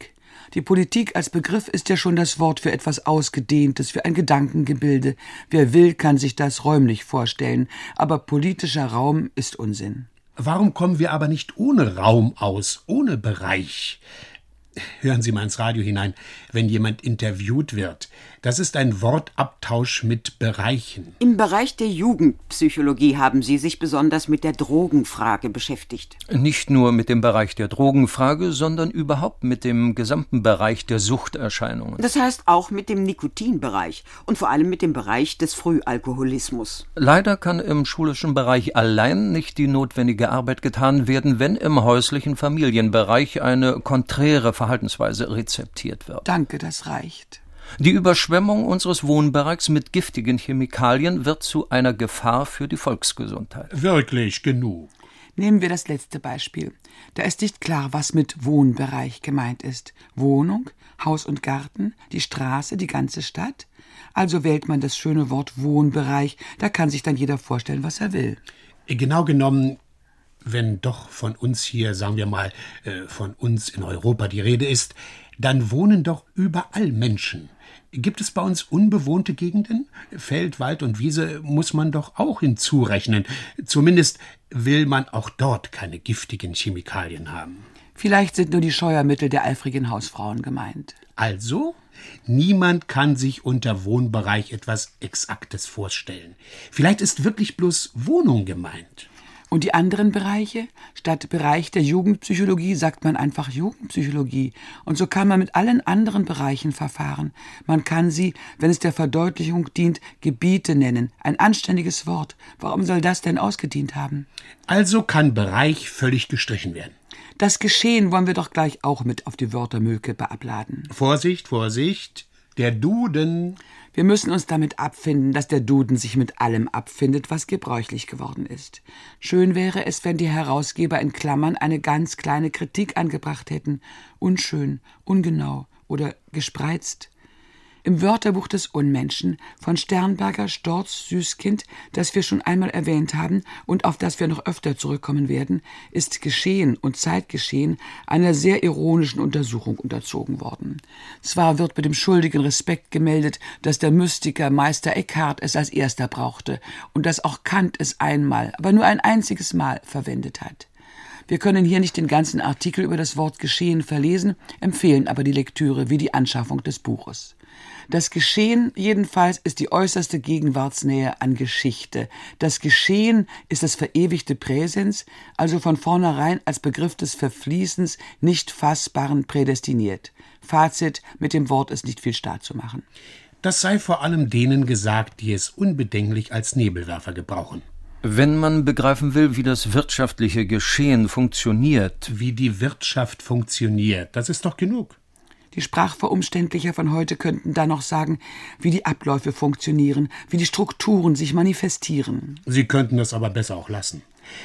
Die Politik als Begriff ist ja schon das Wort für etwas Ausgedehntes, für ein Gedankengebilde. Wer will, kann sich das räumlich vorstellen. Aber politischer Raum ist Unsinn. Warum kommen wir aber nicht ohne Raum aus, ohne Bereich? Hören Sie mal ins Radio hinein, wenn jemand interviewt wird. Das ist ein Wortabtausch mit Bereichen. Im Bereich der Jugendpsychologie haben Sie sich besonders mit der Drogenfrage beschäftigt. Nicht nur mit dem Bereich der Drogenfrage, sondern überhaupt mit dem gesamten Bereich der Suchterscheinungen. Das heißt auch mit dem Nikotinbereich und vor allem mit dem Bereich des Frühalkoholismus. Leider kann im schulischen Bereich allein nicht die notwendige Arbeit getan werden, wenn im häuslichen Familienbereich eine konträre Verhaltensweise rezeptiert wird. Danke, das reicht. Die Überschwemmung unseres Wohnbereichs mit giftigen Chemikalien wird zu einer Gefahr für die Volksgesundheit. Wirklich genug. Nehmen wir das letzte Beispiel. Da ist nicht klar, was mit Wohnbereich gemeint ist. Wohnung, Haus und Garten, die Straße, die ganze Stadt? Also wählt man das schöne Wort Wohnbereich, da kann sich dann jeder vorstellen, was er will. Genau genommen, wenn doch von uns hier, sagen wir mal, von uns in Europa die Rede ist, dann wohnen doch überall Menschen. Gibt es bei uns unbewohnte Gegenden? Feld, Wald und Wiese muss man doch auch hinzurechnen. Zumindest will man auch dort keine giftigen Chemikalien haben. Vielleicht sind nur die Scheuermittel der eifrigen Hausfrauen gemeint. Also, niemand kann sich unter Wohnbereich etwas Exaktes vorstellen. Vielleicht ist wirklich bloß Wohnung gemeint. Und die anderen Bereiche? Statt Bereich der Jugendpsychologie sagt man einfach Jugendpsychologie. Und so kann man mit allen anderen Bereichen verfahren. Man kann sie, wenn es der Verdeutlichung dient, Gebiete nennen. Ein anständiges Wort. Warum soll das denn ausgedient haben? Also kann Bereich völlig gestrichen werden. Das Geschehen wollen wir doch gleich auch mit auf die Wörtermüllkippe abladen. Vorsicht, Vorsicht. Der Duden. Wir müssen uns damit abfinden, dass der Duden sich mit allem abfindet, was gebräuchlich geworden ist. Schön wäre es, wenn die Herausgeber in Klammern eine ganz kleine Kritik angebracht hätten. Unschön, ungenau oder gespreizt. Im Wörterbuch des Unmenschen von Sternberger, Storz, Süßkind, das wir schon einmal erwähnt haben und auf das wir noch öfter zurückkommen werden, ist Geschehen und Zeitgeschehen einer sehr ironischen Untersuchung unterzogen worden. Zwar wird mit dem schuldigen Respekt gemeldet, dass der Mystiker Meister Eckhart es als erster brauchte und dass auch Kant es einmal, aber nur ein einziges Mal verwendet hat. Wir können hier nicht den ganzen Artikel über das Wort Geschehen verlesen, empfehlen aber die Lektüre wie die Anschaffung des Buches. Das Geschehen jedenfalls ist die äußerste Gegenwartsnähe an Geschichte. Das Geschehen ist das verewigte Präsens, also von vornherein als Begriff des Verfließens nicht Fassbaren prädestiniert. Fazit, mit dem Wort ist nicht viel Staat zu machen. Das sei vor allem denen gesagt, die es unbedenklich als Nebelwerfer gebrauchen. Wenn man begreifen will, wie das wirtschaftliche Geschehen funktioniert. Wie die Wirtschaft funktioniert, das ist doch genug. Die Sprachverumständlicher von heute könnten dann noch sagen, wie die Abläufe funktionieren, wie die Strukturen sich manifestieren. Sie könnten das aber besser auch lassen.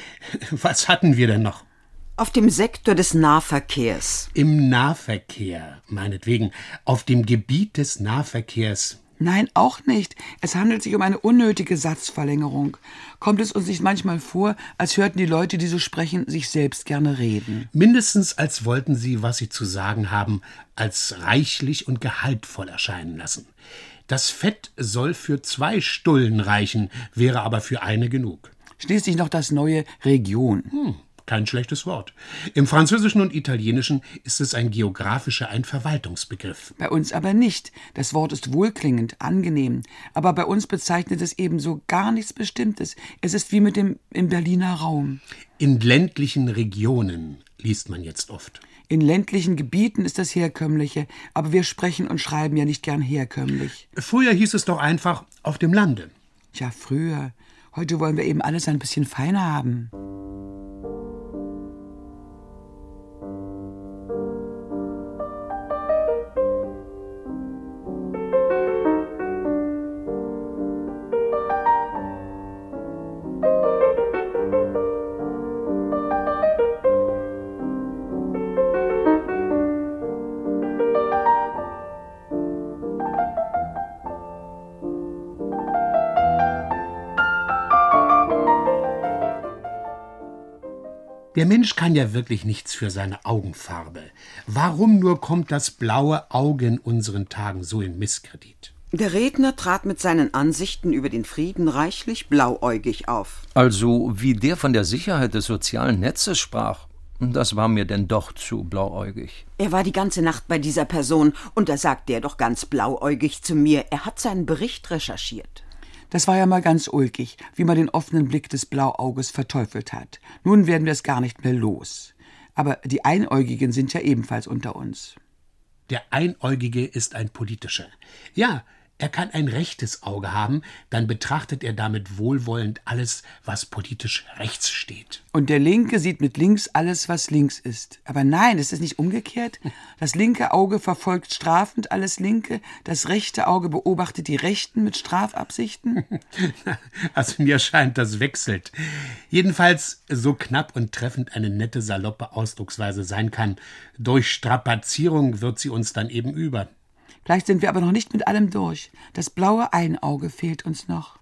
Was hatten wir denn noch? Auf dem Sektor des Nahverkehrs. Im Nahverkehr, meinetwegen. Auf dem Gebiet des Nahverkehrs. Nein, auch nicht. Es handelt sich um eine unnötige Satzverlängerung. Kommt es uns nicht manchmal vor, als hörten die Leute, die so sprechen, sich selbst gerne reden? Mindestens als wollten sie, was sie zu sagen haben, als reichlich und gehaltvoll erscheinen lassen. Das Fett soll für 2 Stullen reichen, wäre aber für eine genug. Schließlich noch das neue Region. Kein schlechtes Wort. Im Französischen und Italienischen ist es ein geografischer, ein Verwaltungsbegriff. Bei uns aber nicht. Das Wort ist wohlklingend, angenehm. Aber bei uns bezeichnet es ebenso gar nichts Bestimmtes. Es ist wie mit dem im Berliner Raum. In ländlichen Regionen liest man jetzt oft. In ländlichen Gebieten ist das Herkömmliche, aber wir sprechen und schreiben ja nicht gern herkömmlich. Früher hieß es doch einfach auf dem Lande. Tja, früher. Heute wollen wir eben alles ein bisschen feiner haben. Der Mensch kann ja wirklich nichts für seine Augenfarbe. Warum nur kommt das blaue Auge in unseren Tagen so in Misskredit? Der Redner trat mit seinen Ansichten über den Frieden reichlich blauäugig auf. Also, wie der von der Sicherheit des sozialen Netzes sprach, das war mir denn doch zu blauäugig. Er war die ganze Nacht bei dieser Person und da sagte er doch ganz blauäugig zu mir, er hat seinen Bericht recherchiert. Das war ja mal ganz ulkig, wie man den offenen Blick des Blauauges verteufelt hat. Nun werden wir es gar nicht mehr los. Aber die Einäugigen sind ja ebenfalls unter uns. Der Einäugige ist ein politischer. Ja, er kann ein rechtes Auge haben, dann betrachtet er damit wohlwollend alles, was politisch rechts steht. Und der Linke sieht mit links alles, was links ist. Aber nein, ist es nicht umgekehrt? Das linke Auge verfolgt strafend alles Linke, das rechte Auge beobachtet die Rechten mit Strafabsichten? Also mir scheint, das wechselt. Jedenfalls, so knapp und treffend eine nette, saloppe Ausdrucksweise sein kann, durch Strapazierung wird sie uns dann eben über. Vielleicht sind wir aber noch nicht mit allem durch. Das blaue Einauge fehlt uns noch.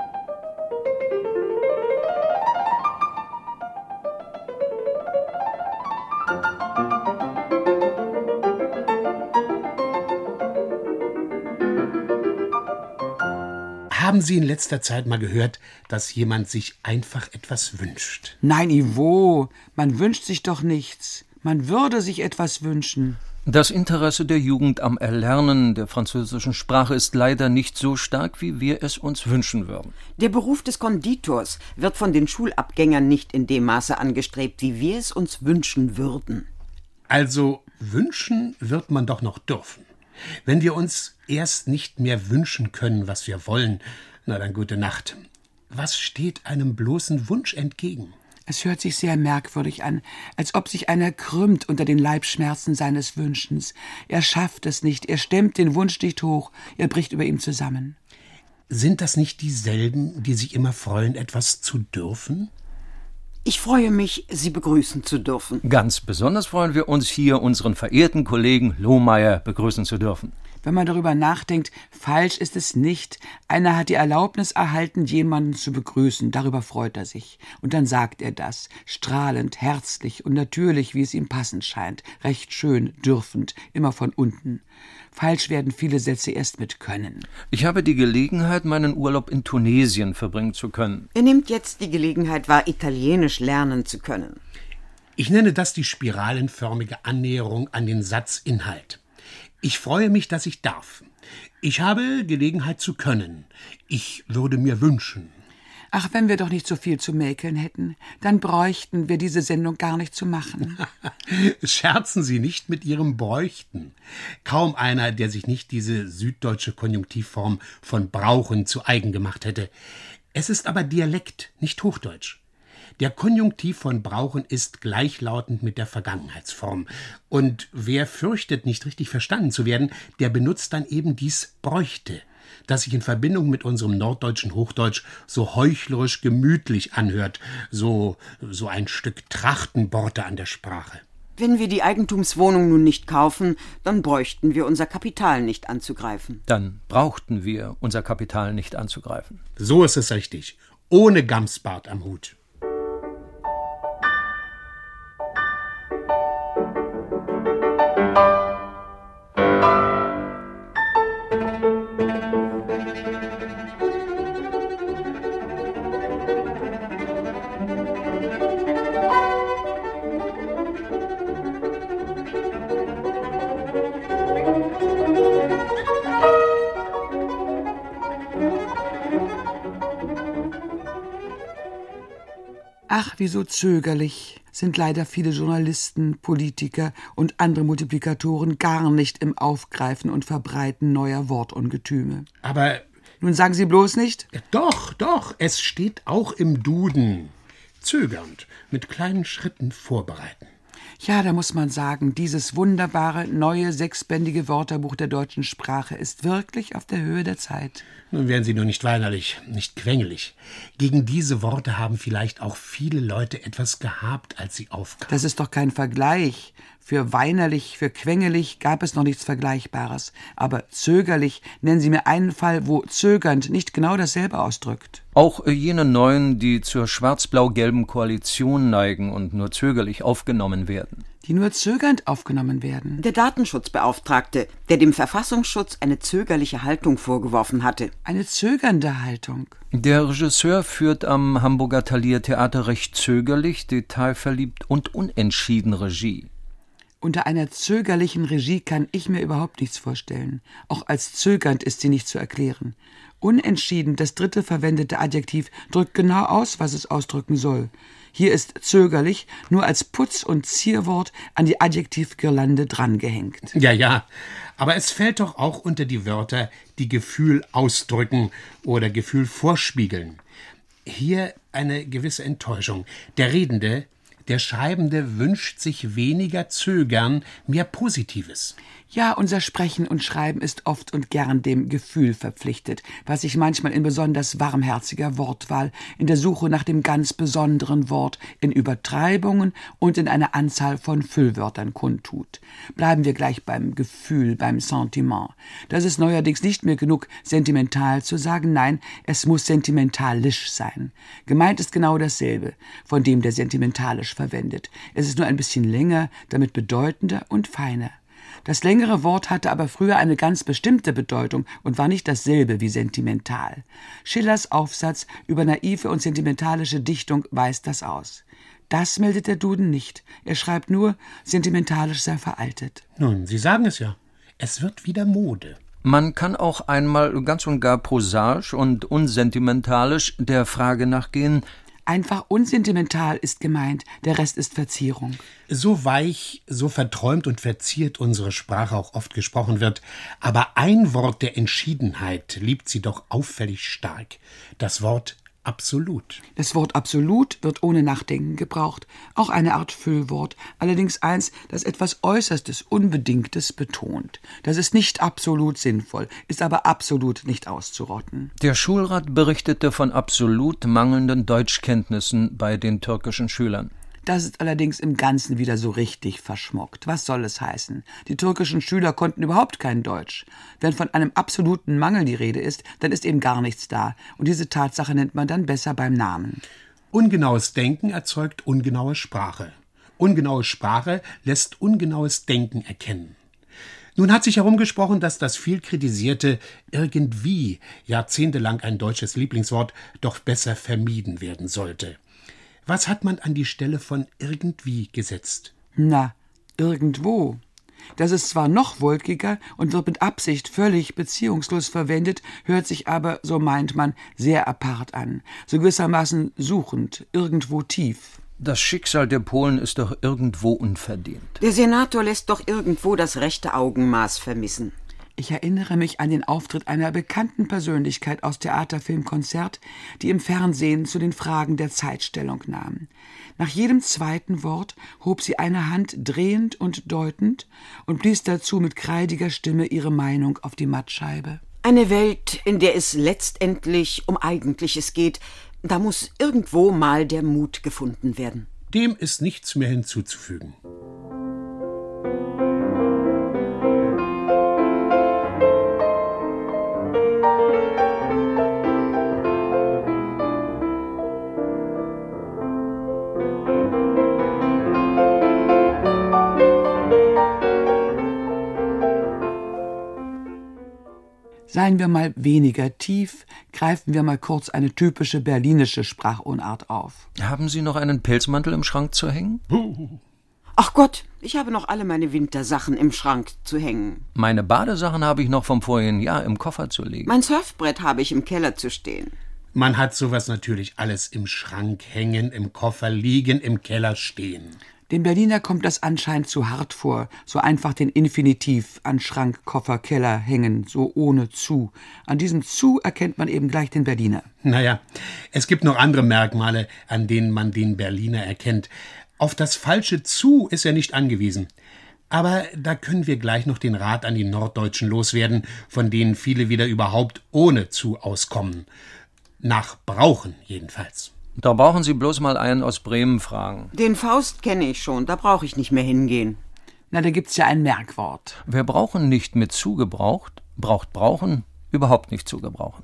Haben Sie in letzter Zeit mal gehört, dass jemand sich einfach etwas wünscht? Nein, Ivo, man wünscht sich doch nichts. Man würde sich etwas wünschen. Das Interesse der Jugend am Erlernen der französischen Sprache ist leider nicht so stark, wie wir es uns wünschen würden. Der Beruf des Konditors wird von den Schulabgängern nicht in dem Maße angestrebt, wie wir es uns wünschen würden. Also wünschen wird man doch noch dürfen. Wenn wir uns erst nicht mehr wünschen können, was wir wollen, na dann gute Nacht. Was steht einem bloßen Wunsch entgegen? Es hört sich sehr merkwürdig an, als ob sich einer krümmt unter den Leibschmerzen seines Wünschens. Er schafft es nicht, er stemmt den Wunsch nicht hoch, er bricht über ihm zusammen. Sind das nicht dieselben, die sich immer freuen, etwas zu dürfen? Ich freue mich, Sie begrüßen zu dürfen. Ganz besonders freuen wir uns, hier unseren verehrten Kollegen Lohmeier begrüßen zu dürfen. Wenn man darüber nachdenkt, falsch ist es nicht. Einer hat die Erlaubnis erhalten, jemanden zu begrüßen. Darüber freut er sich. Und dann sagt er das, strahlend, herzlich und natürlich, wie es ihm passend scheint. Recht schön, dürfend, immer von unten. Falsch werden viele Sätze erst mit können. Ich habe die Gelegenheit, meinen Urlaub in Tunesien verbringen zu können. Er nimmt jetzt die Gelegenheit wahr, Italienisch lernen zu können. Ich nenne das die spiralenförmige Annäherung an den Satzinhalt. Ich freue mich, dass ich darf. Ich habe Gelegenheit zu können. Ich würde mir wünschen. Ach, wenn wir doch nicht so viel zu mäkeln hätten, dann bräuchten wir diese Sendung gar nicht zu machen. Scherzen Sie nicht mit Ihrem Bräuchten. Kaum einer, der sich nicht diese süddeutsche Konjunktivform von brauchen zu eigen gemacht hätte. Es ist aber Dialekt, nicht Hochdeutsch. Der Konjunktiv von brauchen ist gleichlautend mit der Vergangenheitsform. Und wer fürchtet, nicht richtig verstanden zu werden, der benutzt dann eben dies bräuchte, das sich in Verbindung mit unserem norddeutschen Hochdeutsch so heuchlerisch gemütlich anhört, so ein Stück Trachtenborte an der Sprache. Wenn wir die Eigentumswohnung nun nicht kaufen, dann bräuchten wir unser Kapital nicht anzugreifen. Dann brauchten wir unser Kapital nicht anzugreifen. So ist es richtig. Ohne Gamsbart am Hut. Ach, wie so zögerlich sind leider viele Journalisten, Politiker und andere Multiplikatoren gar nicht im Aufgreifen und Verbreiten neuer Wortungetüme. Aber nun sagen Sie bloß nicht? Doch, es steht auch im Duden. Zögernd, mit kleinen Schritten vorbereiten. Ja, da muss man sagen, dieses wunderbare, neue, 6-bändige Wörterbuch der deutschen Sprache ist wirklich auf der Höhe der Zeit. Nun werden Sie nur nicht weinerlich, nicht quengelig. Gegen diese Worte haben vielleicht auch viele Leute etwas gehabt, als sie aufkamen. Das ist doch kein Vergleich. Für weinerlich, für quengelig gab es noch nichts Vergleichbares. Aber zögerlich, nennen Sie mir einen Fall, wo zögernd nicht genau dasselbe ausdrückt. Auch jene Neuen, die zur schwarz-blau-gelben Koalition neigen und nur zögerlich aufgenommen werden. Die nur zögernd aufgenommen werden. Der Datenschutzbeauftragte, der dem Verfassungsschutz eine zögerliche Haltung vorgeworfen hatte. Eine zögernde Haltung. Der Regisseur führt am Hamburger Thalia Theater recht zögerlich, detailverliebt und unentschieden Regie. Unter einer zögerlichen Regie kann ich mir überhaupt nichts vorstellen. Auch als zögernd ist sie nicht zu erklären. Unentschieden, das dritte verwendete Adjektiv, drückt genau aus, was es ausdrücken soll. Hier ist zögerlich nur als Putz- und Zierwort an die Adjektivgirlande drangehängt. Ja, aber es fällt doch auch unter die Wörter, die Gefühl ausdrücken oder Gefühl vorspiegeln. Hier eine gewisse Enttäuschung. Der Redende, der Schreibende wünscht sich weniger Zögern, mehr Positives. Ja, unser Sprechen und Schreiben ist oft und gern dem Gefühl verpflichtet, was sich manchmal in besonders warmherziger Wortwahl, in der Suche nach dem ganz besonderen Wort, in Übertreibungen und in einer Anzahl von Füllwörtern kundtut. Bleiben wir gleich beim Gefühl, beim Sentiment. Das ist neuerdings nicht mehr genug, sentimental zu sagen. Nein, es muss sentimentalisch sein. Gemeint ist genau dasselbe, von dem der sentimentalisch verwendet. Es ist nur ein bisschen länger, damit bedeutender und feiner. Das längere Wort hatte aber früher eine ganz bestimmte Bedeutung und war nicht dasselbe wie sentimental. Schillers Aufsatz über naive und sentimentalische Dichtung weist das aus. Das meldet der Duden nicht. Er schreibt nur, sentimentalisch sei veraltet. Nun, Sie sagen es ja. Es wird wieder Mode. Man kann auch einmal ganz und gar prosaisch und unsentimentalisch der Frage nachgehen: Einfach unsentimental ist gemeint, der Rest ist Verzierung. So weich, so verträumt und verziert unsere Sprache auch oft gesprochen wird, aber ein Wort der Entschiedenheit liebt sie doch auffällig stark: das Wort absolut. Das Wort absolut wird ohne Nachdenken gebraucht, auch eine Art Füllwort, allerdings eins, das etwas Äußerstes, Unbedingtes betont. Das ist nicht absolut sinnvoll, ist aber absolut nicht auszurotten. Der Schulrat berichtete von absolut mangelnden Deutschkenntnissen bei den türkischen Schülern. Das ist allerdings im Ganzen wieder so richtig verschmockt. Was soll es heißen? Die türkischen Schüler konnten überhaupt kein Deutsch. Wenn von einem absoluten Mangel die Rede ist, dann ist eben gar nichts da. Und diese Tatsache nennt man dann besser beim Namen. Ungenaues Denken erzeugt ungenaue Sprache. Ungenaue Sprache lässt ungenaues Denken erkennen. Nun hat sich herumgesprochen, dass das viel kritisierte irgendwie, jahrzehntelang ein deutsches Lieblingswort, doch besser vermieden werden sollte. Was hat man an die Stelle von irgendwie gesetzt? Na, irgendwo. Das ist zwar noch wolkiger und wird mit Absicht völlig beziehungslos verwendet, hört sich aber, so meint man, sehr apart an. So gewissermaßen suchend, irgendwo tief. Das Schicksal der Polen ist doch irgendwo unverdient. Der Senator lässt doch irgendwo das rechte Augenmaß vermissen. Ich erinnere mich an den Auftritt einer bekannten Persönlichkeit aus Theater, Film, Konzert, die im Fernsehen zu den Fragen der Zeit Stellung nahm. Nach jedem zweiten Wort hob sie eine Hand drehend und deutend und blies dazu mit kreidiger Stimme ihre Meinung auf die Mattscheibe. Eine Welt, in der es letztendlich um Eigentliches geht, da muss irgendwo mal der Mut gefunden werden. Dem ist nichts mehr hinzuzufügen. Seien wir mal weniger tief, greifen wir mal kurz eine typische berlinische Sprachunart auf. Haben Sie noch einen Pelzmantel im Schrank zu hängen? Ach Gott, ich habe noch alle meine Wintersachen im Schrank zu hängen. Meine Badesachen habe ich noch vom vorigen Jahr im Koffer zu legen. Mein Surfbrett habe ich im Keller zu stehen. Man hat sowas natürlich alles im Schrank hängen, im Koffer liegen, im Keller stehen. Dem Berliner kommt das anscheinend zu hart vor, so einfach den Infinitiv an Schrank, Koffer, Keller hängen, so ohne zu. An diesem zu erkennt man eben gleich den Berliner. Naja, es gibt noch andere Merkmale, an denen man den Berliner erkennt. Auf das falsche zu ist er nicht angewiesen. Aber da können wir gleich noch den Rat an die Norddeutschen loswerden, von denen viele wieder überhaupt ohne zu auskommen. Nach Brauchen jedenfalls. Da brauchen Sie bloß mal einen aus Bremen fragen. Den Faust kenne ich schon, da brauche ich nicht mehr hingehen. Na, da gibt's ja ein Merkwort. Wer brauchen nicht mit zugebraucht, braucht brauchen überhaupt nicht zu gebrauchen.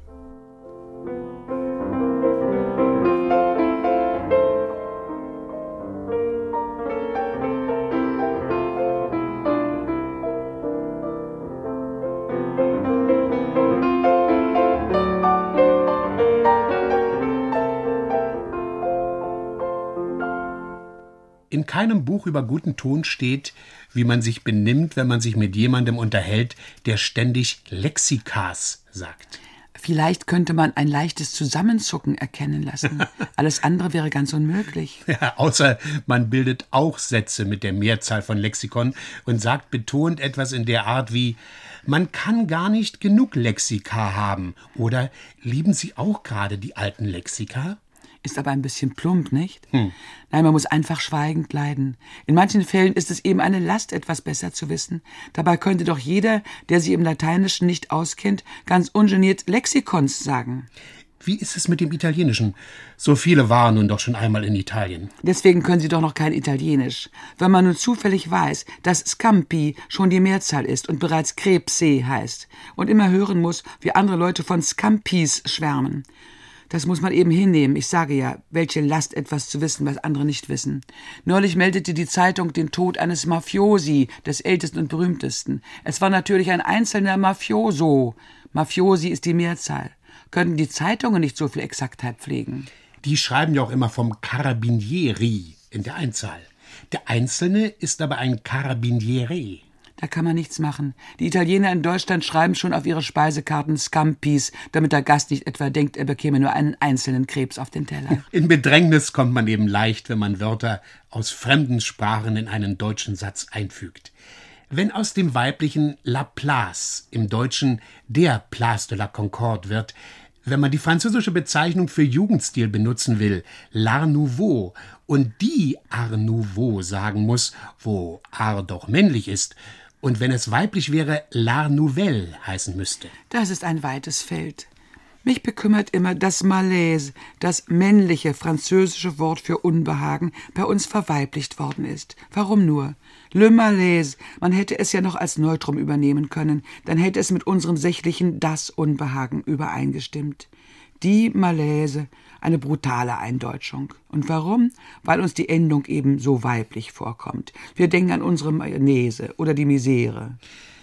In keinem Buch über guten Ton steht, wie man sich benimmt, wenn man sich mit jemandem unterhält, der ständig Lexikas sagt. Vielleicht könnte man ein leichtes Zusammenzucken erkennen lassen. Alles andere wäre ganz unmöglich. Ja, außer man bildet auch Sätze mit der Mehrzahl von Lexikon und sagt betont etwas in der Art wie: Man kann gar nicht genug Lexika haben. Oder lieben Sie auch gerade die alten Lexika? Ist aber ein bisschen plump, nicht? Nein, man muss einfach schweigend leiden. In manchen Fällen ist es eben eine Last, etwas besser zu wissen. Dabei könnte doch jeder, der sich im Lateinischen nicht auskennt, ganz ungeniert Lexikons sagen. Wie ist es mit dem Italienischen? So viele waren nun doch schon einmal in Italien. Deswegen können Sie doch noch kein Italienisch. Wenn man nun zufällig weiß, dass Scampi schon die Mehrzahl ist und bereits Krebse heißt und immer hören muss, wie andere Leute von Scampis schwärmen. Das muss man eben hinnehmen. Ich sage ja, welche Last, etwas zu wissen, was andere nicht wissen. Neulich meldete die Zeitung den Tod eines Mafiosi, des ältesten und berühmtesten. Es war natürlich ein einzelner Mafioso. Mafiosi ist die Mehrzahl. Könnten die Zeitungen nicht so viel Exaktheit pflegen? Die schreiben ja auch immer vom Carabinieri in der Einzahl. Der Einzelne ist aber ein Carabiniere. Da kann man nichts machen. Die Italiener in Deutschland schreiben schon auf ihre Speisekarten Scampis, damit der Gast nicht etwa denkt, er bekäme nur einen einzelnen Krebs auf den Teller. In Bedrängnis kommt man eben leicht, wenn man Wörter aus fremden Sprachen in einen deutschen Satz einfügt. Wenn aus dem weiblichen La Place im Deutschen der Place de la Concorde wird, wenn man die französische Bezeichnung für Jugendstil benutzen will, l'Art Nouveau, und die Art Nouveau sagen muss, wo Art doch männlich ist, und wenn es weiblich wäre, l'Art Nouvelle heißen müsste. Das ist ein weites Feld. Mich bekümmert immer, dass Malaise, das männliche französische Wort für Unbehagen, bei uns verweiblicht worden ist. Warum nur? Le Malaise, man hätte es ja noch als Neutrum übernehmen können, dann hätte es mit unserem sächlichen das Unbehagen übereingestimmt. Die Malaise, eine brutale Eindeutschung. Und warum? Weil uns die Endung eben so weiblich vorkommt. Wir denken an unsere Mayonnaise oder die Misere.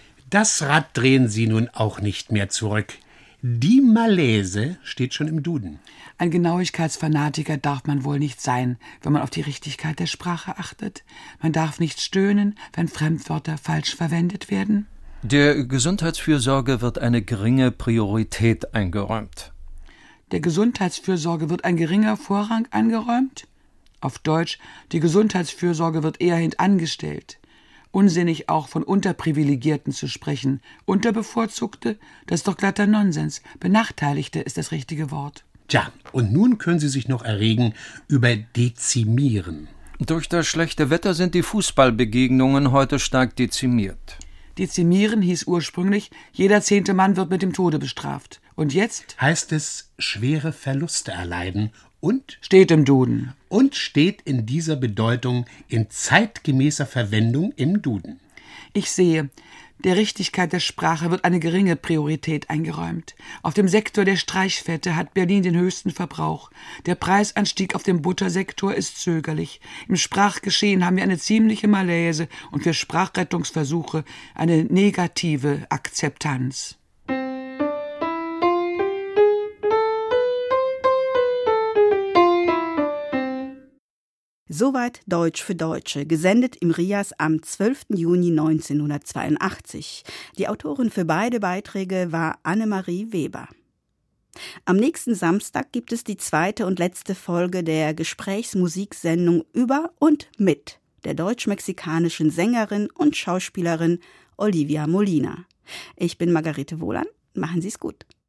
Das Rad drehen Sie nun auch nicht mehr zurück. Die Malaise steht schon im Duden. Ein Genauigkeitsfanatiker darf man wohl nicht sein, wenn man auf die Richtigkeit der Sprache achtet. Man darf nicht stöhnen, wenn Fremdwörter falsch verwendet werden. Der Gesundheitsfürsorge wird eine geringe Priorität eingeräumt. Der Gesundheitsfürsorge wird ein geringer Vorrang eingeräumt? Auf Deutsch, die Gesundheitsfürsorge wird eher hintangestellt. Unsinnig auch von Unterprivilegierten zu sprechen. Unterbevorzugte? Das ist doch glatter Nonsens. Benachteiligte ist das richtige Wort. Tja, und nun können Sie sich noch erregen über Dezimieren. Durch das schlechte Wetter sind die Fußballbegegnungen heute stark dezimiert. Dezimieren hieß ursprünglich, jeder 10. Mann wird mit dem Tode bestraft. Und jetzt? Heißt es schwere Verluste erleiden und? Steht im Duden. Und steht in dieser Bedeutung in zeitgemäßer Verwendung im Duden. Ich sehe, der Richtigkeit der Sprache wird eine geringe Priorität eingeräumt. Auf dem Sektor der Streichfette hat Berlin den höchsten Verbrauch. Der Preisanstieg auf dem Buttersektor ist zögerlich. Im Sprachgeschehen haben wir eine ziemliche Malaise und für Sprachrettungsversuche eine negative Akzeptanz. Soweit Deutsch für Deutsche, gesendet im RIAS am 12. Juni 1982. Die Autorin für beide Beiträge war Annemarie Weber. Am nächsten Samstag gibt es die zweite und letzte Folge der Gesprächsmusiksendung über und mit der deutsch-mexikanischen Sängerin und Schauspielerin Olivia Molina. Ich bin Margarete Wohlan. Machen Sie es gut.